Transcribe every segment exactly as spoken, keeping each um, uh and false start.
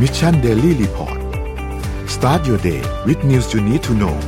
Mission Daily Report start your day with news you need to know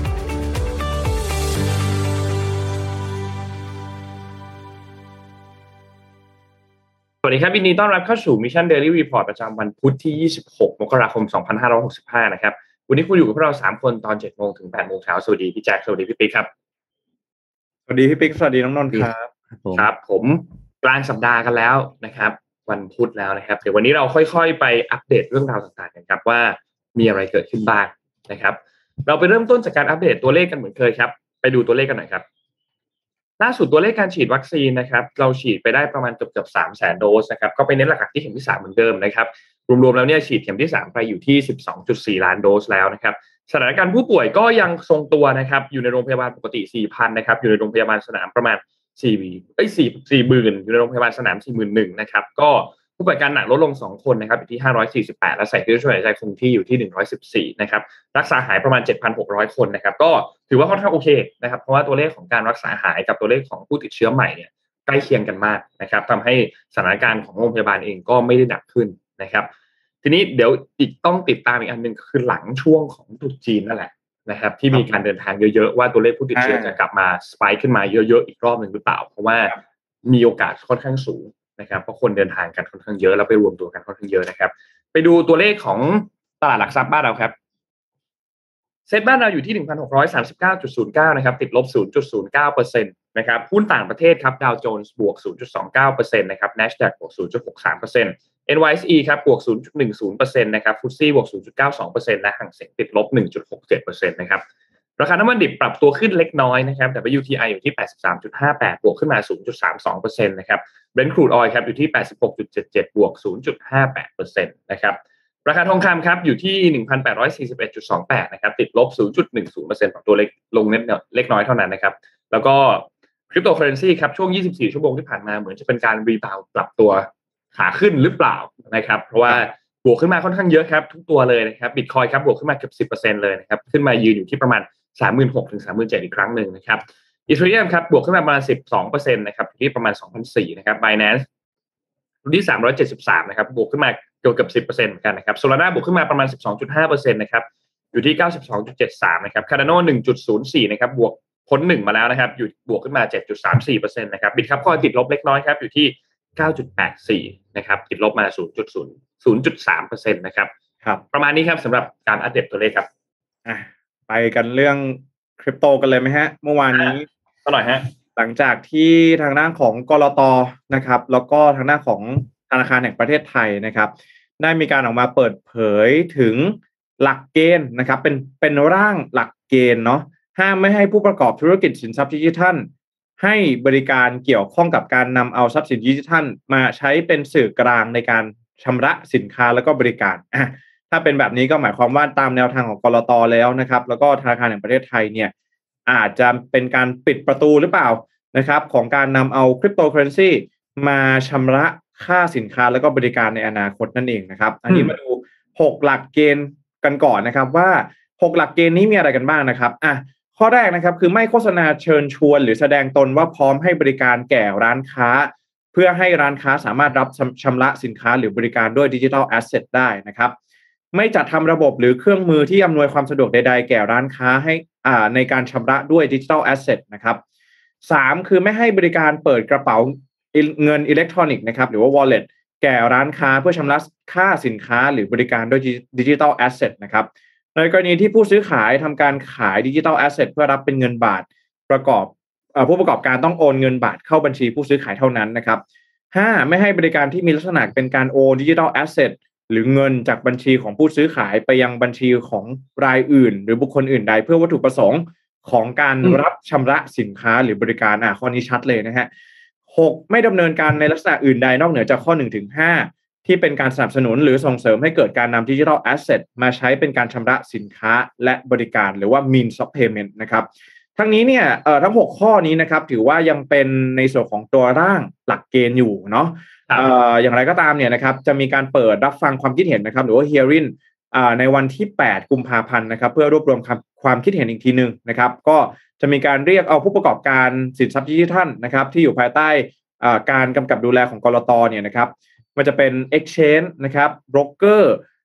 สวัสดีครับยินดีต้อนรับเข้าสู่ Mission Daily Report ประจำวันพุธที่ยี่สิบหกมกราคมสองพันห้าร้อยหกสิบห้านะครับวันนี้คุณอยู่กับพวกเราสามคนตอน เจ็ดโมง ถึง แปดโมง เช้าสวัสดีพี่แจ็คสวัสดีพี่ปิ๊กครับสวัสดีพี่ปิ๊กสวัสดีน้องนนท์ครับครับผมกลางสัปดาห์กันแล้วนะครับวันพุธแล้วนะครับเดี๋ยววันนี้เราค่อยๆไปอัปเดตเรื่องราวต่างๆกันครับว่ามีอะไรเกิดขึ้นบ้างนะครับเราไปเริ่มต้นจากการอัปเดตตัวเลขกันเหมือนเคยครับไปดูตัวเลขกันหน่อยครับล่าสุดตัวเลขการฉีดวัคซีนนะครับเราฉีดไปได้ประมาณเกือบๆ สามแสน โดสนะครับก็ไปเน้นหลักๆที่เข็มที่สามเหมือนเดิมนะครับรวมๆแล้วเนี่ยฉีดเข็มที่สามไปอยู่ที่ สิบสองจุดสี่ ล้านโดสแล้วนะครับสถานการณ์ผู้ป่วยก็ยังทรงตัวนะครับอยู่ในโรงพยาบาลปกติ สี่พัน นะครับอยู่ในโรงพยาบาลสนามประมาณสี่เอ้ย4 สี่หมื่นอยู่ในโรงพยาบาลสนาม สี่หมื่นหนึ่งพัน นะครับก็ผู้ป่วยการหนักลดลงสองคนนะครับอยู่ที่ห้าร้อยสี่สิบแปดและใส่เครื่องช่วยหายใจคงที่อยู่ที่หนึ่งร้อยสิบสี่นะครับรักษาหายประมาณ เจ็ดพันหกร้อย คนนะครับก็ถือว่าค่อนข้างโอเคนะครับเพราะว่าตัวเลขของการรักษาหายกับตัวเลขของผู้ติดเชื้อใหม่เนี่ยใกล้เคียงกันมากนะครับทำให้สถานการณ์ของโรงพยาบาลเองก็ไม่ได้หนักขึ้นนะครับทีนี้เดี๋ยวอีกต้องติดตามอีกอันนึงคือหลังช่วงของตรุษจีนนั่นแหละนะครับที่มีการเดินทางเยอะๆว่าตัวเลขผู้ติดเชื้อจะกลับมาสไปค์ขึ้นมาเยอะๆอีกรอบนึงหรือเปล่าเพราะว่ามีโอกาสค่อนข้างสูงนะครับเพราะคนเดินทางกันค่อนข้างเยอะแล้วไปรวมตัวกันค่อนข้างเยอะนะครับไปดูตัวเลขของตลาดหลักทรัพย์บ้านเราครับเซ็ตบ้านเราอยู่ที่ หนึ่งพันหกร้อยสามสิบเก้าจุดศูนย์เก้า นะครับติดลบ ศูนย์จุดศูนย์เก้าเปอร์เซ็นต์ นะครับหุ้นต่างประเทศครับดาวโจนส์บวก ศูนย์จุดสองเก้าเปอร์เซ็นต์ นะครับ NASDAQ บวก ศูนย์จุดหกสามเปอร์เซ็นต์ เอ็น วาย เอส อี ครับบวก ศูนย์จุดหนึ่งศูนย์เปอร์เซ็นต์ นะครับ เอฟ ที เอส ซี บวก ศูนย์จุดเก้าสองเปอร์เซ็นต์ และหางเส็งติดลบ หนึ่งจุดหกเจ็ดเปอร์เซ็นต์ นะครับราคาน้ำมันดิบปรับตัวขึ้นเล็กน้อยนะครับ ดับเบิลยู ที ไอ อยู่ที่ แปดสิบสามจุดห้าแปด บวกขึ้นมา ศูนย์จุดสามสองเปอร์เซ็นต์ นะครับ Brent crude oil ครับอยู่ที่ แปดสิบหกจุดเจ็ดเจ็ด บวก ศูนย์จุดห้าแปดเปอร์เซ็นต์ นะครับราคาทองคำครับอยู่ที่ หนึ่งพันแปดร้อยสี่สิบเอ็ดจุดสองแปด นะครับติดลบ ศูนย์จุดหนึ่งศูนย์เปอร์เซ็นต์ ปรับตัวเล็กลงเล็กน้อยเท่านั้นนะครับแล้วก็คริปโตเคอเรนซีครับช่วงยี่สิบสี่ชั่วโมงที่ผ่านมาเหมือนจะเป็นการรีบาวด์ปรับตัวขาขึ้นหรือเปล่านะครับเพราะว่าบวกขึ้นมาค่อนข้างเยอะครับทุกตัวเลยนะครับ Bitcoin ครับบวกขึ้นมาเกือบ สิบเปอร์เซ็นต์ เลยนะครับขึ้นมายืนอยู่ที่ประมาณ สามหมื่นหกพัน ถึง สามหมื่นเจ็ดพัน อีกครั้งนึงนะครับ Ethereum ครับบวกขึ้นมาประมาณ สิบสองเปอร์เซ็นต์ นะครับที่ประมาณ สองพันสี่ร้อย นะครับ Binance อยู่ที่สามร้อยเจ็ดสิบสามนะครับบวกขึ้นมาเกือบเกือบ สิบเปอร์เซ็นต์ เหมือนกันนะครับ Solana บวกขึ้นมาประมาณ สิบสองจุดห้าเปอร์เซ็นต์ นะครับอยู่ที่ เก้าสิบสองจุดเจ็ดสาม นะครับ Cardano หนึ่งจุดศูนย์สี่ นะครับบวกพ้นหนึ่งมาแล้วนะครับอยู่บวกขึ้นมา เจ็ดจุดสามสี่เปอร์เซ็นต์ นะครับ Bitcoin ติดลบเล็กน้อยครับอยู่ที่ เก้าจุดแปดสี่ นะครับติดลบมา ศูนย์จุดศูนย์ ศูนย์จุดสามเปอร์เซ็นต์ นะครับครับประมาณนี้ครับสำหรับการอัปเดตตัวเลขครับอ่ะไปกันเรื่องคริปโตกันเลยไหมฮะเมื่อวานนี้ก็หน่อยฮะหลังจากที่ทางด้านของกลต.นะครับแล้วก็ทางด้านของธนาคารแห่งประเทศไทยนะครับได้มีการออกมาเปิดเผยถึงหลักเกณฑ์นะครับเป็นเป็นร่างหลักเกณฑ์เนาะห้ามไม่ให้ผู้ประกอบธุรกิจสินทรัพย์ดิจิทัลให้บริการเกี่ยวข้องกับการนำเอาทรัพย์สินดิจิทัลมาใช้เป็นสื่อกลางในการชำระสินค้าแล้วก็บริการอ่ะถ้าเป็นแบบนี้ก็หมายความว่าตามแนวทางของกลต.แล้วนะครับแล้วก็ธนาคารแห่งประเทศไทยเนี่ยอาจจะเป็นการปิดประตูหรือเปล่านะครับของการนำเอาคริปโตเคอเรนซีมาชำระค่าสินค้าแล้วก็บริการในอนาคตนั่นเองนะครับอันนี้มาดูหกหลักเกณฑ์กันก่อนนะครับว่าหกหลักเกณฑ์นี้มีอะไรกันบ้างนะครับอ่ะข้อแรกนะครับคือไม่โฆษณาเชิญชวนหรือแสดงตนว่าพร้อมให้บริการแก่ร้านค้าเพื่อให้ร้านค้าสามารถรับชำระสินค้าหรือบริการด้วยดิจิทัลแอสเซทได้นะครับไม่จัดทำระบบหรือเครื่องมือที่อำนวยความสะดวกใดๆแก่ร้านค้าให้อ่าในการชำระด้วยดิจิทัลแอสเซทนะครับสามคือไม่ให้บริการเปิดกระเป๋าเงินอิเล็กทรอนิกส์นะครับหรือว่า wallet แก่ร้านค้าเพื่อชำระค่าสินค้าหรือบริการด้วยดิจิทัลแอสเซทนะครับในกรณีที่ผู้ซื้อขายทำการขายดิจิทัลแอสเซทเพื่อรับเป็นเงินบาทประกอบผู้ประกอบการต้องโอนเงินบาทเข้าบัญชีผู้ซื้อขายเท่านั้นนะครับห้าไม่ให้บริการที่มีลักษณะเป็นการโอนดิจิทัลแอสเซทหรือเงินจากบัญชีของผู้ซื้อขายไปยังบัญชีของรายอื่นหรือบุคคลอื่นใดเพื่อวัตถุประสงค์ของการรับชำระสินค้าหรือบริการอ่ะข้อนี้ชัดเลยนะฮะหกไม่ดำเนินการในลักษณะอื่นใดนอกเหนือจากข้อหนึ่งถึงห้าที่เป็นการสนับสนุนหรือส่งเสริมให้เกิดการนำดิจิทัลแอสเซทมาใช้เป็นการชำระสินค้าและบริการหรือว่า means of payment นะครับทั้งนี้เนี่ยเอ่อทั้งหกข้อนี้นะครับถือว่ายังเป็นในส่วนของตัวร่างหลักเกณฑ์อยู่เนาะเอ่ออย่างไรก็ตามเนี่ยนะครับจะมีการเปิดรับฟังความคิดเห็นนะครับหรือว่า hearing อ่าในวันที่แปดกุมภาพันธ์นะครับเพื่อรวบรวมความคิดเห็นอีกทีนึงนะครับก็จะมีการเรียกเอาผู้ประกอบการสินทรัพย์ดิจิทัลนะครับที่อยู่ภายใต้อ่าการกำกับดูแลของกลต.เนี่ยนะครับมันจะเป็น exchange นะครับ broker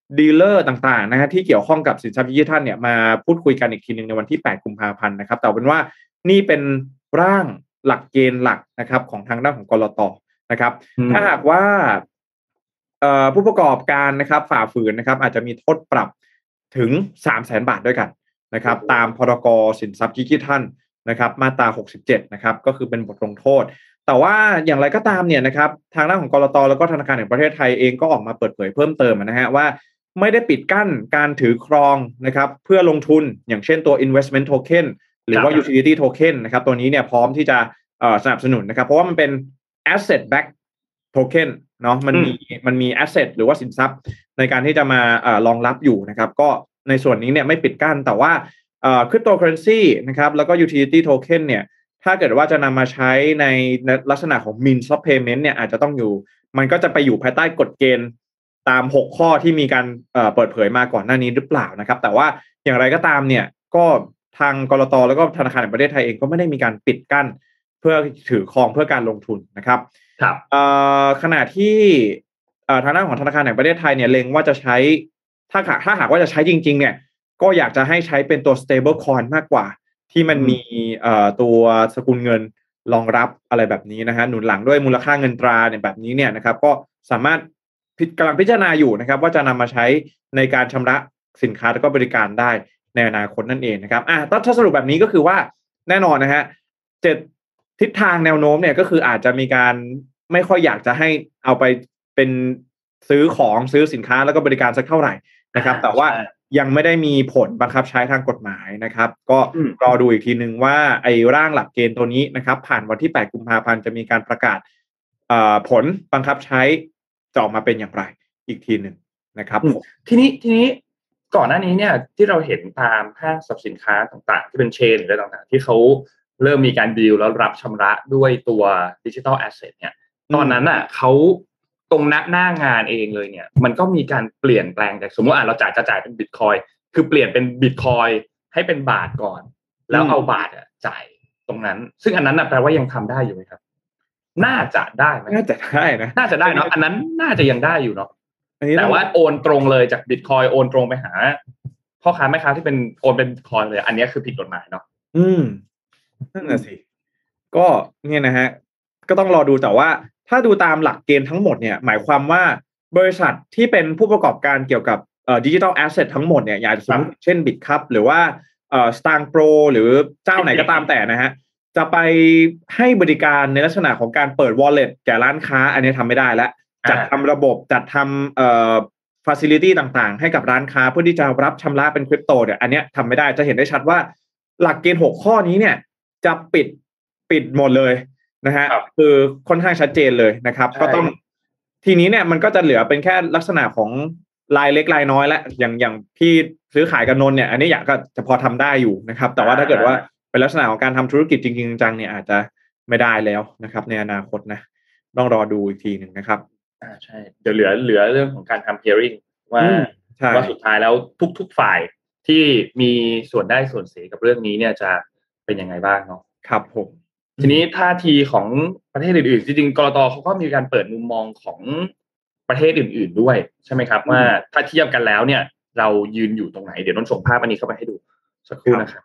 ดีลเลอร์ต่างๆนะฮะที่เกี่ยวข้องกับสินทรัพย์ดิจิทัลเนี่ยมาพูดคุยกันอีกทีนึงในวันที่แปดกุมภาพันธ์นะครับแต่เป็นว่านี่เป็นร่างหลักเกณฑ์หลักนะครับของทางด้านของกลต.นะครับถ้าหากว่าผู้ประกอบการนะครับฝ่าฝืนนะครับอาจจะมีโทษปรับถึง สามแสน บาทด้วยกันนะครับตามพรก.สินทรัพย์ดิจิทัลนะครับมาตราหกสิบเจ็ดนะครับก็คือเป็นบทลงโทษแต่ว่าอย่างไรก็ตามเนี่ยนะครับทางด้านของกลต.แล้วก็ธนาคารแห่งประเทศไทยเองก็ออกมาเปิดเผยเพิ่มเติมนะฮะว่าไม่ได้ปิดกั้นการถือครองนะครับเพื่อลงทุนอย่างเช่นตัว investment token หรือว่า utility token นะครับตัวนี้เนี่ยพร้อมที่จะสนับสนุนนะครับเพราะว่ามันเป็น asset back token เนาะมันมีมันมี asset หรือว่าสินทรัพย์ในการที่จะมารองรับอยู่นะครับก็ในส่วนนี้เนี่ยไม่ปิดกั้นแต่ว่าเอ่อ cryptocurrency นะครับแล้วก็ utility token เนี่ยถ้าเกิดว่าจะนำมาใช้ในลักษณะของ means of payment เนี่ยอาจจะต้องอยู่มันก็จะไปอยู่ภายใต้กฎเกณฑ์ตามหกข้อที่มีการเอ่อเปิดเผยมาก่อนหน้านี้หรือเปล่านะครับแต่ว่าอย่างไรก็ตามเนี่ยก็ทางกลต.แล้วก็ธนาคารแห่งประเทศไทยเองก็ไม่ได้มีการปิดกั้นเพื่อถือครองเพื่อการลงทุนนะครับครับเอ่อขณะที่เอ่อทางด้านของธนาคารแห่งประเทศไทยเนี่ยเล็งว่าจะใช้ถ้าถ้าหากว่าจะใช้จริงๆเนี่ยก็อยากจะให้ใช้เป็นตัว stable coin มากกว่าที่มันมีเอ่อตัวสกุลเงินรองรับอะไรแบบนี้นะฮะหนุนหลังด้วยมูลค่าเงินตราเนี่ยแบบนี้เนี่ยนะครับก็สามารถกำลังพิจารณาอยู่นะครับว่าจะนำมาใช้ในการชำระสินค้าและก็บริการได้ในอนาคตนั่นเองนะครับอ่ะถ้าสรุปแบบนี้ก็คือว่าแน่นอนนะฮะเจ็ดทิศทางแนวโน้มเนี่ยก็คืออาจจะมีการไม่ค่อยอยากจะให้เอาไปเป็นซื้อของซื้อสินค้าแล้วก็บริการสักเท่าไหร่นะครับแต่ว่ายังไม่ได้มีผลบังคับใช้ทางกฎหมายนะครับก็รอดูอีกทีนึงว่าไอ้ร่างหลักเกณฑ์ตัวนี้นะครับผ่านวันที่แปดกุมภาพันธ์จะมีการประกาศผลบังคับใช้จะออกมาเป็นอย่างไรอีกทีนึงนะครับทีนี้ทีนี้ก่อนหน้านี้เนี่ยที่เราเห็นตามห้างสรรพสินค้าต่างๆที่เป็นเชนหรืออะไรต่างๆที่เขาเริ่มมีการดีลแล้วรับชำระด้วยตัวดิจิทัลแอสเซทเนี่ยตอนนั้นอ่ะเขาตรงหน้าหน้างานเองเลยเนี่ยมันก็มีการเปลี่ยนแปลงจากสมมติอ่ะเราจ่ายจะจ่ายเป็นบิตคอยคือเปลี่ยนเป็นบิตคอยให้เป็นบาทก่อนแล้วเอาบาทอ่ะจ่ายตรงนั้นซึ่งอันนั้นน่ะแปลว่ายังทำได้อยู่ไหมครับน่าจะได้ไหมน่าจะได้นะน่าจะได้เนาะอันนั้นน่าจะยังได้อยู่เนาะแต่ว่าโอนตรงเลยจากบิตคอยโอนตรงไปหาพ่อค้าแม่ค้าที่เป็นโอนเป็นบิตคอยเลยอันนี้คือผิดกฎหมายเนาะอืมนั่นน่ะสิก็เนี่ยนะฮะก็ต้องรอดูแต่ว่าถ้าดูตามหลักเกณฑ์ทั้งหมดเนี่ยหมายความว่าบริษัทที่เป็นผู้ประกอบการเกี่ยวกับเอ่อดิจิทัลแอสเซททั้งหมดเนี่ยอย่างสมมติเช่น Bitcup หรือว่าเอ่อ Stang Pro หรือเจ้าไหนก็ตามแต่นะฮะจะไปให้บริการในลักษณะของการเปิด wallet แก่ร้านค้าอันนี้ทำไม่ได้แล้วจัดทำระบบจัดทำเอ่อ facility ต่างๆให้กับร้านค้าเพื่อที่จะรับชำระเป็นคริปโตเนี่ยอันนี้ทำไม่ได้จะเห็นได้ชัดว่าหลักเกณฑ์หกข้อนี้เนี่ยจะปิดปิดหมดเลยนะฮะคือค่อนข้างชัดเจนเลยนะครับก็ต้องทีนี้เนี่ยมันก็จะเหลือเป็นแค่ลักษณะของรายเล็กรายน้อยและอย่างอย่างที่ซื้อขายกันนนเนี่ยอันนี้อยากก็จะพอทำได้อยู่นะครับแต่ว่าถ้าเกิดว่าเป็นลักษณะของการทำธุรกิจจริงๆจังๆเนี่ยอาจจะไม่ได้แล้วนะครับในอนาคตนะต้องรอดูอีกทีหนึ่งนะครับอ่าใช่เดี๋ยวเหลือเหลือเรื่องของการทำ hearing ว่าว่าสุดท้ายแล้วทุกๆฝ่ายที่มีส่วนได้ส่วนเสียกับเรื่องนี้เนี่ยจะเป็นยังไงบ้างเนาะครับผมทีนี้ท่าทีของประเทศอื่นๆจริงๆกลต.เขาก็มีการเปิดมุมมองของประเทศอื่นๆด้วยใช่ไหมครับว่าถ้าเทียบกันแล้วเนี่ยเรายืนอยู่ตรงไหนเดี๋ยวน้องส่งภาพอันนี้เข้าไปให้ดูสักครู่นะครับ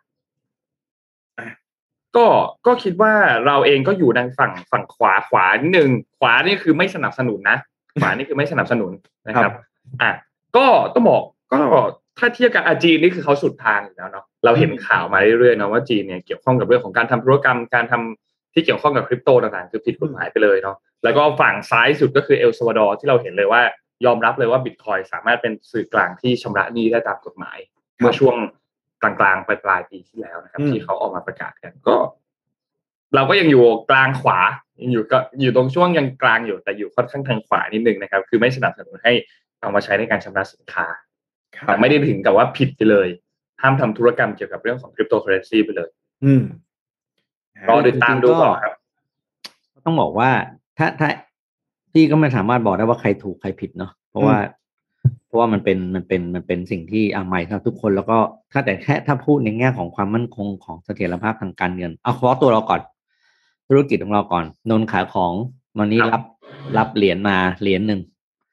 ก็ก็คิดว่าเราเองก็อยู่ในฝั่งฝั่งขวาขวานิดนึงขวานี่คือไม่สนับสนุนนะขวานี่คือไม่สนับสนุนนะครับอ่ะก็ต้องบอกก็ถ้าเทียบกับอาจีนนี่คือเขาสุดทางอยู่แล้วเนาะเราเห็นข่าวมาเรื่อยๆนะว่าจีนเนี่ยเกี่ยวข้องกับเรื่องของการทำธุรกรรมการทำที่เกี่ยวข้องกับคริปโตต่างๆคือผิดกฎหมายไปเลยเนาะแล้วก็ฝั่งซ้ายสุดก็คือเอลซัลวาดอร์ที่เราเห็นเลยว่ายอมรับเลยว่าบิตคอยสามารถเป็นสื่อกลางที่ชำระหนี้ได้ตามกฎหมายเมื่อช่วงกลางๆปลายๆปีที่แล้วนะครับที่เขาออกมาประกาศกันก็เราก็ยังอยู่กลางขวายังอยู่ก็อยู่ตรงช่วงยังกลางอยู่แต่อยู่ค่อนข้างทางขวานิดนึงนะครับคือไม่สนับสนุนให้เอามาใช้ในการชำระสินค้าแต่ไม่ได้ถึงกับว่าผิดไปเลยห้ามทำธุรกรรมเกี่ยวกับเรื่องของคริปโตเคอเรนซีไปเลยอืมรอติดตามดูต่อครับต้องบอกว่าถ้าถ้าพี่ก็ไม่สามารถบอกได้ว่าใครถูกใครผิดเนาะเพราะว่าเพราะว่ามันเป็นมันเป็นมันเป็นสิ่งที่อ่ะใหม่สำหรับทุกคนแล้วก็ถ้าแต่แค่ถ้าพูดในแง่ของความมั่นคงของเสถียรภาพทางการเงินเอาเฉพาะตัวเราก่อนธุรกิจของเราก่อนนนขายของวันนี้รับรับเหรียญมาเหรียญหนึ่ง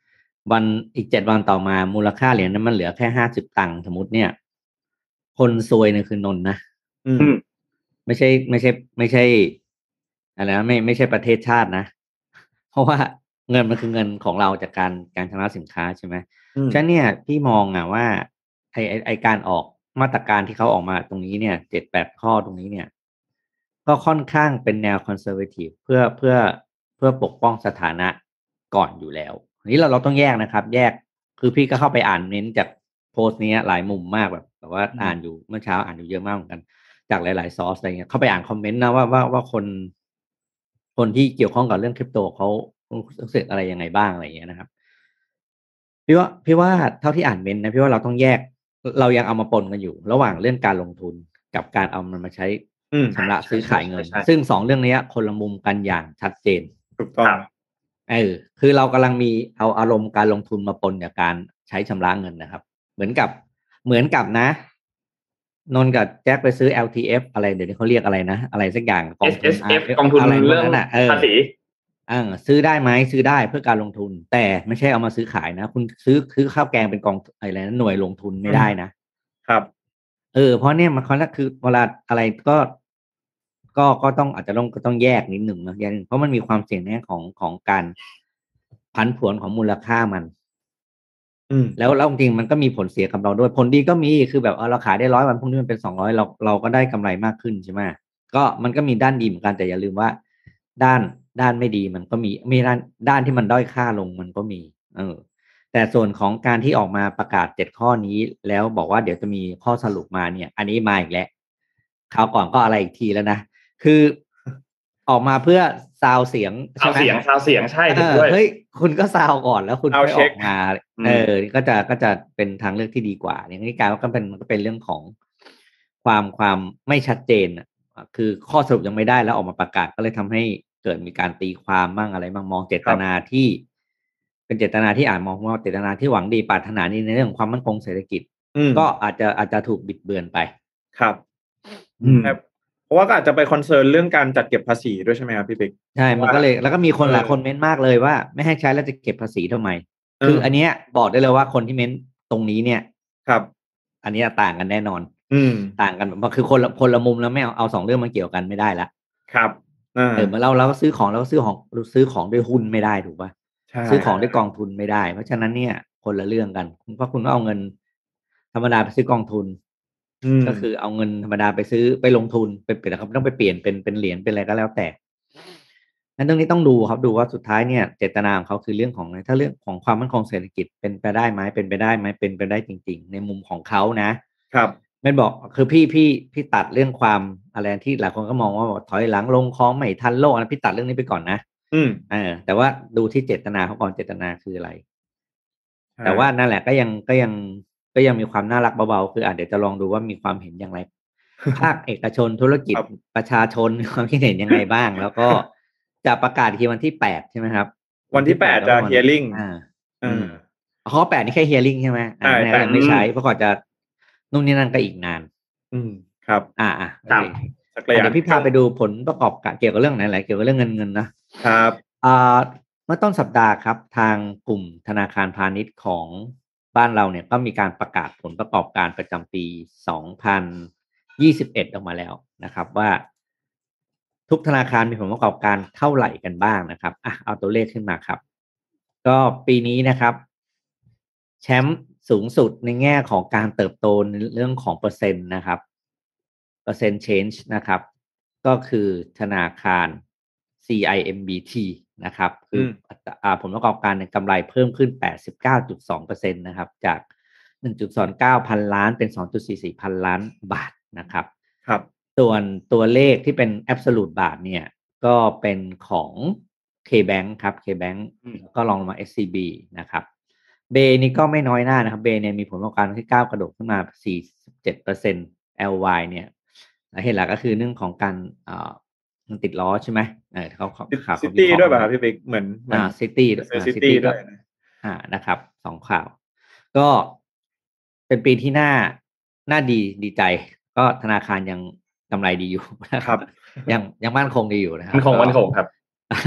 วันอีกเจ็ดวันต่อมามูลค่าเหรียญนั้นมันเหลือแค่ห้าสิบตังค์สมมติเนี่ยคนซวยเนี่ยคือนนท์นะอืมไม่ใช่ไม่ใช่ไม่ใช่อะไรนะไม่ไม่ใช่ประเทศชาตินะเพราะว่าเงินมันคือเงินของเราจากการการชำระสินค้าใช่ไหมฉะนั้นเนี่ยพี่มองอ่ะว่าไอไอไอการออกมาตรการที่เขาออกมาตรงนี้เนี่ยเจ็ดแปดข้อตรงนี้เนี่ยก็ค่อนข้างเป็นแนวคอนเซอร์เวทีฟเพื่อเพื่อเพื่อปกป้องสถานะก่อนอยู่แล้วอันนี้เราเราต้องแยกนะครับแยกคือพี่ก็เข้าไปอ่านเน้นจากโพสต์นี้หลายมุมมากแบบแต่ว่าอ่านอยู่เมื่อเช้าอ่านอยู่เยอะมากเหมือนกันจากหลายๆซอร์สอะไรเงี้ยเข้าไปอ่านคอมเมนต์นะว่าว่าว่าคนคนที่เกี่ยวข้องกับเรื่องคริปโตเขารู้สึกอะไรยังไงบ้างอะไรเงี้ยนะครับพี่ว่าพี่ว่าเท่าที่อ่านเมนต์นะพี่ว่าเราต้องแยกเรายังเอามาปนกันอยู่ระหว่างเรื่องการลงทุนกับการเอามันมาใช้ชำระซื้อขายเงินซึ่งสองเรื่องนี้คนละมุมกันอย่างชัดเจนถูกต้องเออคือเรากำลังมีเอาอารมณ์การลงทุนมาปนกับการใช้ชำระเงินนะครับเหมือนกับเหมือนกับนะนนกับแจ็คไปซื้อ แอล ที เอฟ อะไรเดี๋ยวนี้เขาเรียกอะไรนะอะไรสักอย่างกองทุน เอส เอฟ กองทุนเรื่องภาษีอ่าซื้อได้ไหมซื้อได้เพื่อการลงทุนแต่ไม่ใช่เอามาซื้อขายนะคุณซื้อซื้อข้าวแกงเป็นกองอะไรนะหน่วยลงทุนไม่ได้นะครับเออเพราะเนี่ยมันเขาคือเวลาอะไรก็ก็ก็ต้องอาจจะต้องก็ต้องแยกนิดหนึ่งนะแยกเพราะมันมีความเสี่ยงแน่ของของการผันผวนของมูลค่ามันแล้วแล้วจริงมันก็มีผลเสียกับเราด้วยผลดีก็มีคือแบบเออเราขายได้ร้อยวันพรุ่งนี้มันเป็นสองร้อยเราเราก็ได้กำไรมากขึ้นใช่ไหมก็มันก็มีด้านดีเหมือนกันแต่อย่าลืมว่าด้านด้านไม่ดีมันก็มีมีด้านด้านที่มันด้อยค่าลงมันก็มีเออแต่ส่วนของการที่ออกมาประกาศเจ็ดข้อนี้แล้วบอกว่าเดี๋ยวจะมีข้อสรุปมาเนี่ยอันนี้มาอีกแล้วคราวก่อนก็อะไรอีกทีแล้วนะคือออกมาเพื่อซาวเสียงซาวเสียงซาวเสียงใช่ด้วยเฮ้ยคุณก็ซาวก่อนแล้วคุณค่อยออกมาเออก็จะก็จะเป็นทางเลือกที่ดีกว่าอย่างนี้การก็เป็นมันก็เป็นเรื่องของความความไม่ชัดเจนคือข้อสรุปยังไม่ได้แล้วออกมาประกาศก็เลยทำให้เกิดมีการตีความบ้างอะไรบ้างมองเจตนาที่เป็นเจตนาที่อ่านมองว่าเจตนาที่หวังดีปรารถนาในเรื่องของความมั่นคงเศรษฐกิจก็อาจจะอาจจะถูกบิดเบือนไปครับเพราะว่าก็อาจจะไปคอนเซิร์นเรื่องการจัดเก็บภาษีด้วยใช่ไหมครับพี่ปิ๊กใช่มันก็เลยแล้วก็มีคนหลายคนเม้นมากเลยว่าไม่ให้ใช้แล้วจะเก็บภาษีทำไมคืออันเนี้ยบอกได้เลยว่าคนที่เม้นตรงนี้เนี่ยครับอันนี้ต่างกันแน่นอนอืมต่างกันมันคือคนละคนละมุมแล้วไม่เอาเอาสองเรื่องมาเกี่ยวกันไม่ได้ละครับเออเมื่อเราเราก็ซื้อของเราก็ซื้อของซื้อของด้วยหุ้นไม่ได้ถูกป่ะซื้อของด้วยกองทุนไม่ได้เพราะฉะนั้นเนี่ยคนละเรื่องกันเพราะคุณก็เอาเงินธรรมดาไปซื้อกองทุนก็คือเอาเงินธรรมดาไปซื้อไปลงทุนไปเปลี่ยนครับต้องไปเปลี่ยนเป็นเป็นเหรียญเป็นอะไรก็แล้วแต่นั้นตรงนี้ต้องดูครับดูว่าสุดท้ายเนี่ยเจตนาของเขาคือเรื่องของถ้าเรื่องของความมั่นคงเศรษฐกิจเป็นไปได้ไหมเป็นไปได้ไหมเป็นไปได้จริงๆในมุมของเขานะครับไม่บอกคือพี่พี่พี่ตัดเรื่องความอะไรที่หลายคนก็มองว่าถอยหลังลงคลองไม่ทันโลกนะพี่ตัดเรื่องนี้ไปก่อนนะอืมเออแต่ว่าดูที่เจตนาเขาก่อนเจตนาคืออะไรแต่ว่านั่นแหละก็ยังก็ยังก็ยังมีความน่ารักเบาๆคืออาจจะจะลองดูว่ามีความเห็นอย่างไรภาคเอกชนธุรกิจประชาชนมีความคิดเห็นยังไงบ้างแล้วก็จะประกาศทีวันที่แปดใช่ไหมครับวันที่แปดจะเฮียริ่งอ่าอืมข้อแปดนี่แค่เฮียริ่งใช่ไหมอ่ายังไม่ใช้เพราะก่อนจะนู่นนี่นั่นก็อีกนานอืมครับอ่าอ่าครับเดี๋ยวพี่พาไปดูผลประกอบการเกี่ยวกับเรื่องไหนๆเกี่ยวกับเรื่องเงินเงินนะครับอ่าเมื่อต้นสัปดาห์ครับทางกลุ่มธนาคารพาณิชย์ของบ้านเราเนี่ยก็มีการประกาศผลประกอบการประจำปีสองพันยี่สิบเอ็ดออกมาแล้วนะครับว่าทุกธนาคารมีผลประกอบการเท่าไหร่กันบ้างนะครับอ่ะเอาตัวเลขขึ้นมาครับก็ปีนี้นะครับแชมป์สูงสุดในแง่ของการเติบโตในเรื่องของเปอร์เซ็นต์นะครับเปอร์เซ็นต์ change นะครับก็คือธนาคาร ซี ไอ เอ็ม บี ที นะครับคือผลประกอบการในกำไรเพิ่มขึ้น แปดสิบเก้าจุดสองเปอร์เซ็นต์ นะครับจาก หนึ่งจุดสองเก้า พันล้านเป็น สองจุดสี่สี่ พันล้านบาทนะครับครับส่วนตัวเลขที่เป็น absolute บาทเนี่ยก็เป็นของ K-Bank ครับ K-Bank ก็ลองลงมา เอส ซี บี นะครับเบนี่ก็ไม่น้อยหน้านะครับเบเนี่ยมีผลประกอบการที่ก้าวกระโดดขึ้นมา สี่สิบเจ็ดเปอร์เซ็นต์ แอล วาย เนี่ยเหตุหลักก็คือเรื่องของการอ่ามันติดล้อใช่ไหมเออเขาเขาข่าวซิตี้ด้วยป่ะครับพี่ปิ๊กเหมือนอ่าซิตี้ซิตี้ด้วยอ่านะครับสองข่าวก็เป็นปีที่น่าน่าดีดีใจก็ธนาคารยังกำไรดีอยู่นะครับยังยังมั่นคงดีอยู่นะครับมั่นคงมั่นคงครับ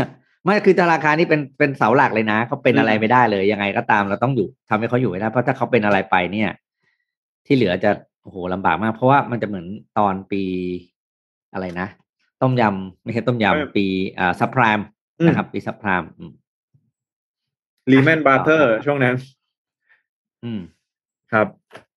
ไม่คือธนาคารนี่เป็นเป็นเสาหลักเลยนะเขาเป็นอะไรไม่ได้เลยยังไงก็ตามเราต้องอยู่ทำให้เขาอยู่ให้ได้เพราะถ้าเขาเป็นอะไรไปเนี่ยที่เหลือจะโอ้โหลำบากมากเพราะว่ามันจะเหมือนตอนปีอะไรนะต้มยำไม่ใช่ต้มยำปีอ่าซับไพรม์นะครับปีซับไพรม์ลีแมนบราเธอร์ช่วงนั้นอืมครับ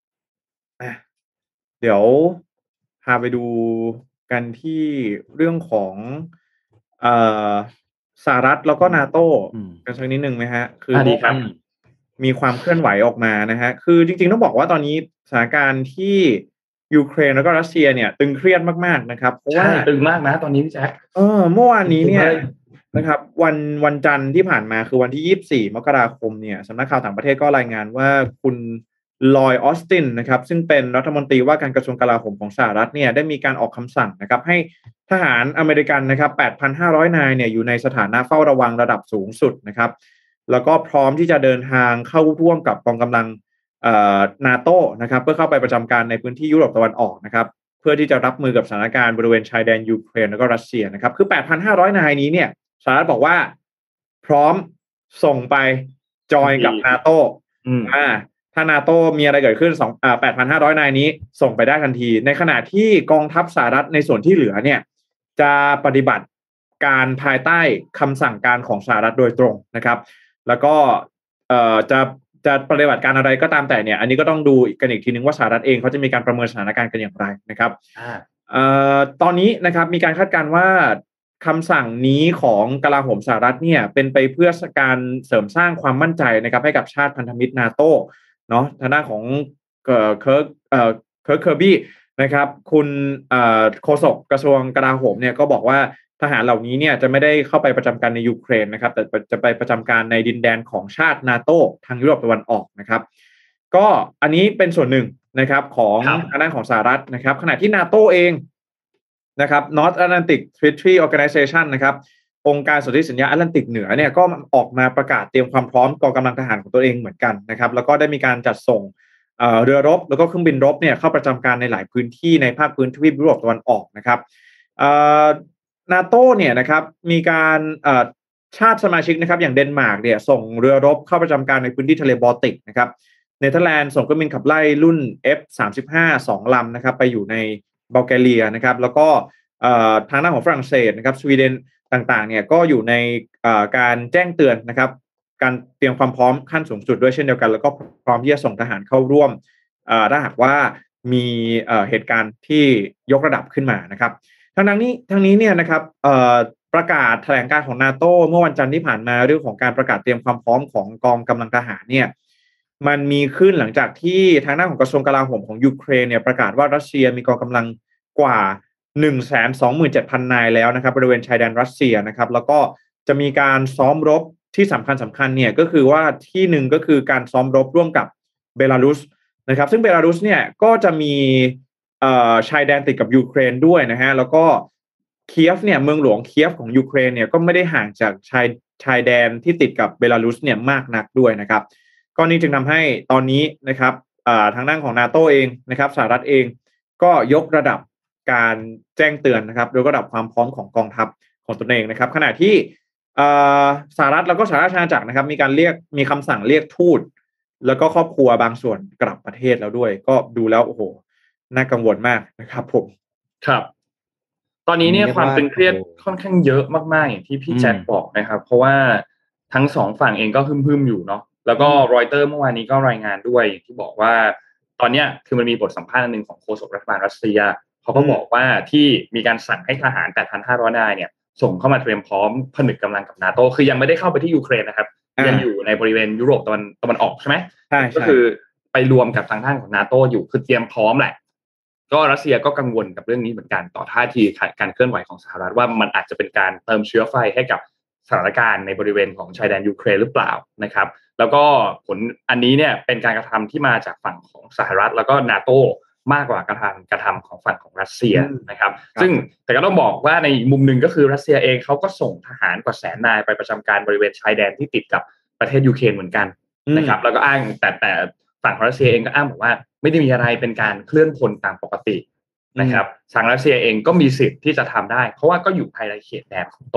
เดี๋ยวพาไปดูกันที่เรื่องของเอ่อสหรัฐแล้วก็นาโต้กันสักนิดนึงไหมฮะคือดีครับมีความเคลื่อนไหวออกมานะฮะคือจริงๆต้องบอกว่าตอนนี้สถานการณ์ที่ยูเครนแล้วก็รัสเซียเนี่ยตึงเครียดมากๆนะครับเพราะว่าตึงมากนะตอนนี้พี่แจ๊คเออเมื่อวานนี้เนี่ยนะครับวันวันจันทร์ที่ผ่านมาคือวันที่ยี่สิบสี่มกราคมเนี่ยสำนักข่าวต่างประเทศก็รายงานว่าคุณลอยด์ออสตินนะครับซึ่งเป็นรัฐมนตรีว่าการกระทรวงกลาโหมของสหรัฐเนี่ยได้มีการออกคำสั่งนะครับให้ทหารอเมริกันนะครับ แปดพันห้าร้อย นายเนี่ยอยู่ในสถานะเฝ้าระวังระดับสูงสุดนะครับแล้วก็พร้อมที่จะเดินทางเข้าร่วมกับกองกำลังเอ่อ NATO นะครับเพื่อเข้าไปประจำการในพื้นที่ยุโรปตะวันออกนะครับเพื่อที่จะรับมือกับสถานการณ์บริเวณชายแดนยูเครนแล้วก็รัสเซียนะครับคือ แปดพันห้าร้อย นายนี้เนี่ยสหรัฐบอกว่าพร้อมส่งไปจอยกับ NATO อืมอ่าถ้า NATO มีอะไรเกิดขึ้นสองอ่า แปดพันห้าร้อย นายนี้ส่งไปได้ทันทีในขณะที่กองทัพสหรัฐในส่วนที่เหลือเนี่ยจะปฏิบัติการภายใต้คำสั่งการของสหรัฐโดยตรงนะครับแล้วก็เอ่อจะจะปฏิบัติการอะไรก็ตามแต่เนี่ยอันนี้ก็ต้องดูกันอีกทีนึงว่าสหรัฐเองเขาจะมีการประเมินสถานการณ์กันอย่างไรนะครับเอ่อตอนนี้นะครับมีการคาดการณ์ว่าคำสั่งนี้ของกลาโหมสหรัฐเนี่ยเป็นไปเพื่อการเสริมสร้างความมั่นใจนะครับให้กับชาติพันธมิตร NATO เนาะทางด้านของเอ่อเคิร์กเอ่อเคิร์กเคอร์บี้นะครับคุณเอ่อโฆษกกระทรวงกลาโหมเนี่ยก็บอกว่าทหารเหล่านี้เนี่ยจะไม่ได้เข้าไปประจำการในยูเครนนะครับแต่จะไปประจำการในดินแดนของชาติ NATO ทางยุโรปตะวันออกนะครับก็อันนี้เป็นส่วนหนึ่งนะครับของทางด้านของสหรัฐนะครับขณะที่ NATO เองนะครับ North Atlantic Treaty Organization นะครับองค์การสนธิสัญญาแอตแลนติกเหนือเนี่ยก็ออกมาประกาศเตรียมความพร้อมกองกำลังทหารของตัวเองเหมือนกันนะครับแล้วก็ได้มีการจัดส่งเอ่อเรือรบแล้วก็เครื่องบินรบเนี่ยเข้าประจำการในหลายพื้นที่ในภาคพื้นที่ยุโรปตะวันออกนะครับเอ่อ NATO เนี่ยนะครับมีการเอ่อชาติสมาชิกนะครับอย่างเดนมาร์กเนี่ยส่งเรือรบเข้าประจำการในพื้นที่ทะเลบอลติกนะครับเนเธอร์แลนด์ส่งเครื่องบินขับไล่รุ่น เอฟ สามสิบห้า สองลำนะครับไปอยู่ในบัลแกเรียนะครับแล้วก็เอ่อทางด้านของฝรั่งเศสนะครับสวีเดนต่างๆเนี่ยก็อยู่ในการแจ้งเตือนนะครับการเตรียมความพร้อมขั้นสูงสุดด้วยเช่นเดียวกันแล้วก็พร้อมที่จะส่งทหารเข้าร่วมถ้าหากว่ามีเหตุการณ์ที่ยกระดับขึ้นมานะครับทางนี้ทางนี้เนี่ยนะครับประกาศแถลงการของ NATO เมื่อวันจันทร์ที่ผ่านมาเรื่องของการประกาศเตรียมความพร้อมของกองกำลังทหารเนี่ยมันมีขึ้นหลังจากที่ทางด้านของกระทรวงกลาโหมของยูเครนเนี่ยประกาศว่ารัสเซียมีกองกำลังกว่า หนึ่งแสนสองหมื่นเจ็ดพัน นายแล้วนะครับบริเวณชายแดนรัสเซียนะครับแล้วก็จะมีการซ้อมรบที่สำคัญสำคัญเนี่ยก็คือว่าที่หนึ่งก็คือการซ้อมรบร่วมกับเบลารุสนะครับซึ่งเบลารุสเนี่ยก็จะมีชายแดนติดกับยูเครนด้วยนะฮะแล้วก็เคียฟเนี่ยเมืองหลวงเคียฟของยูเครนเนี่ยก็ไม่ได้ห่างจากชายชายแดนที่ติดกับเบลารุสเนี่ยมากนักด้วยนะครับก็นี้จึงทำให้ตอนนี้นะครับทางด้านของ NATO เองนะครับสหรัฐเองก็ยกระดับการแจ้งเตือนนะครับโดยระดับความพร้อมของกองทัพของตนเองนะครับขณะที่สหรัฐแล้วก็สหราชอาณาจักรนะครับมีการเรียกมีคำสั่งเรียกทูตแล้วก็ครอบครัวบางส่วนกลับประเทศแล้วด้วยก็ดูแล้วโอ้โหน่ากังวลมากนะครับผมครับตอนนี้เนี่ยความตึงเครียดค่อนข้างเยอะมากๆอย่างที่พี่แจ็คบอกนะครับเพราะว่าทั้งสองฝั่งเองก็ฮึ่มๆอยู่เนาะแล้วก็รอยเตอร์เมื่อวานนี้ก็รายงานด้วยที่บอกว่าตอนนี้คือมันมีบทสัมภาษณ์นึงของโฆษกรัฐบาลรัสเซียเขาก็บอกว่าที่มีการสั่งให้ทหาร แปดพันห้าร้อย นายเนี่ยส่งเข้ามาเตรียมพร้อมผนึกกำลังกับ NATO คือยังไม่ได้เข้าไปที่ยูเครนนะครับยังอยู่ในบริเวณยุโรปตะวันตะวันออกใช่ไหมใช่ก็คือไปรวมกับทางด้านของ NATO อยู่คือเตรียมพร้อมแหละก็รัสเซียก็กังวลกับเรื่องนี้เหมือนกันต่อท่าทีการเคลื่อนไหวของสหรัฐว่ามันอาจจะเป็นการเติมเชื้อไฟให้กับสถานการณ์ในบริเวณของชายแดนยูเครนหรือเปล่านะครับแล้วก็ผลอันนี้เนี่ยเป็นการกระทำที่มาจากฝั่งของสหรัฐแล้วก็ NATOมากกว่าการกระทำของฝั่งของรัสเซียนะครับซึ่งแต่ก็ต้องบอกว่าในมุมหนึ่งก็คือรัสเซียเองเขาก็ส่งทหารกว่าแสนนายไปประจำการบริเวณชายแดนที่ติดกับประเทศยูเครนเหมือนกันนะครับแล้วก็อ้างแต่แต่ฝั่งรัสเซียเองก็อ้างบอกว่าไม่ได้มีอะไรเป็นการเคลื่อนพลตามปกตินะครับทางรัสเซียเองก็มีสิทธิ์ที่จะทำได้เพราะว่าก็อยู่ภายในเขตแดนของตน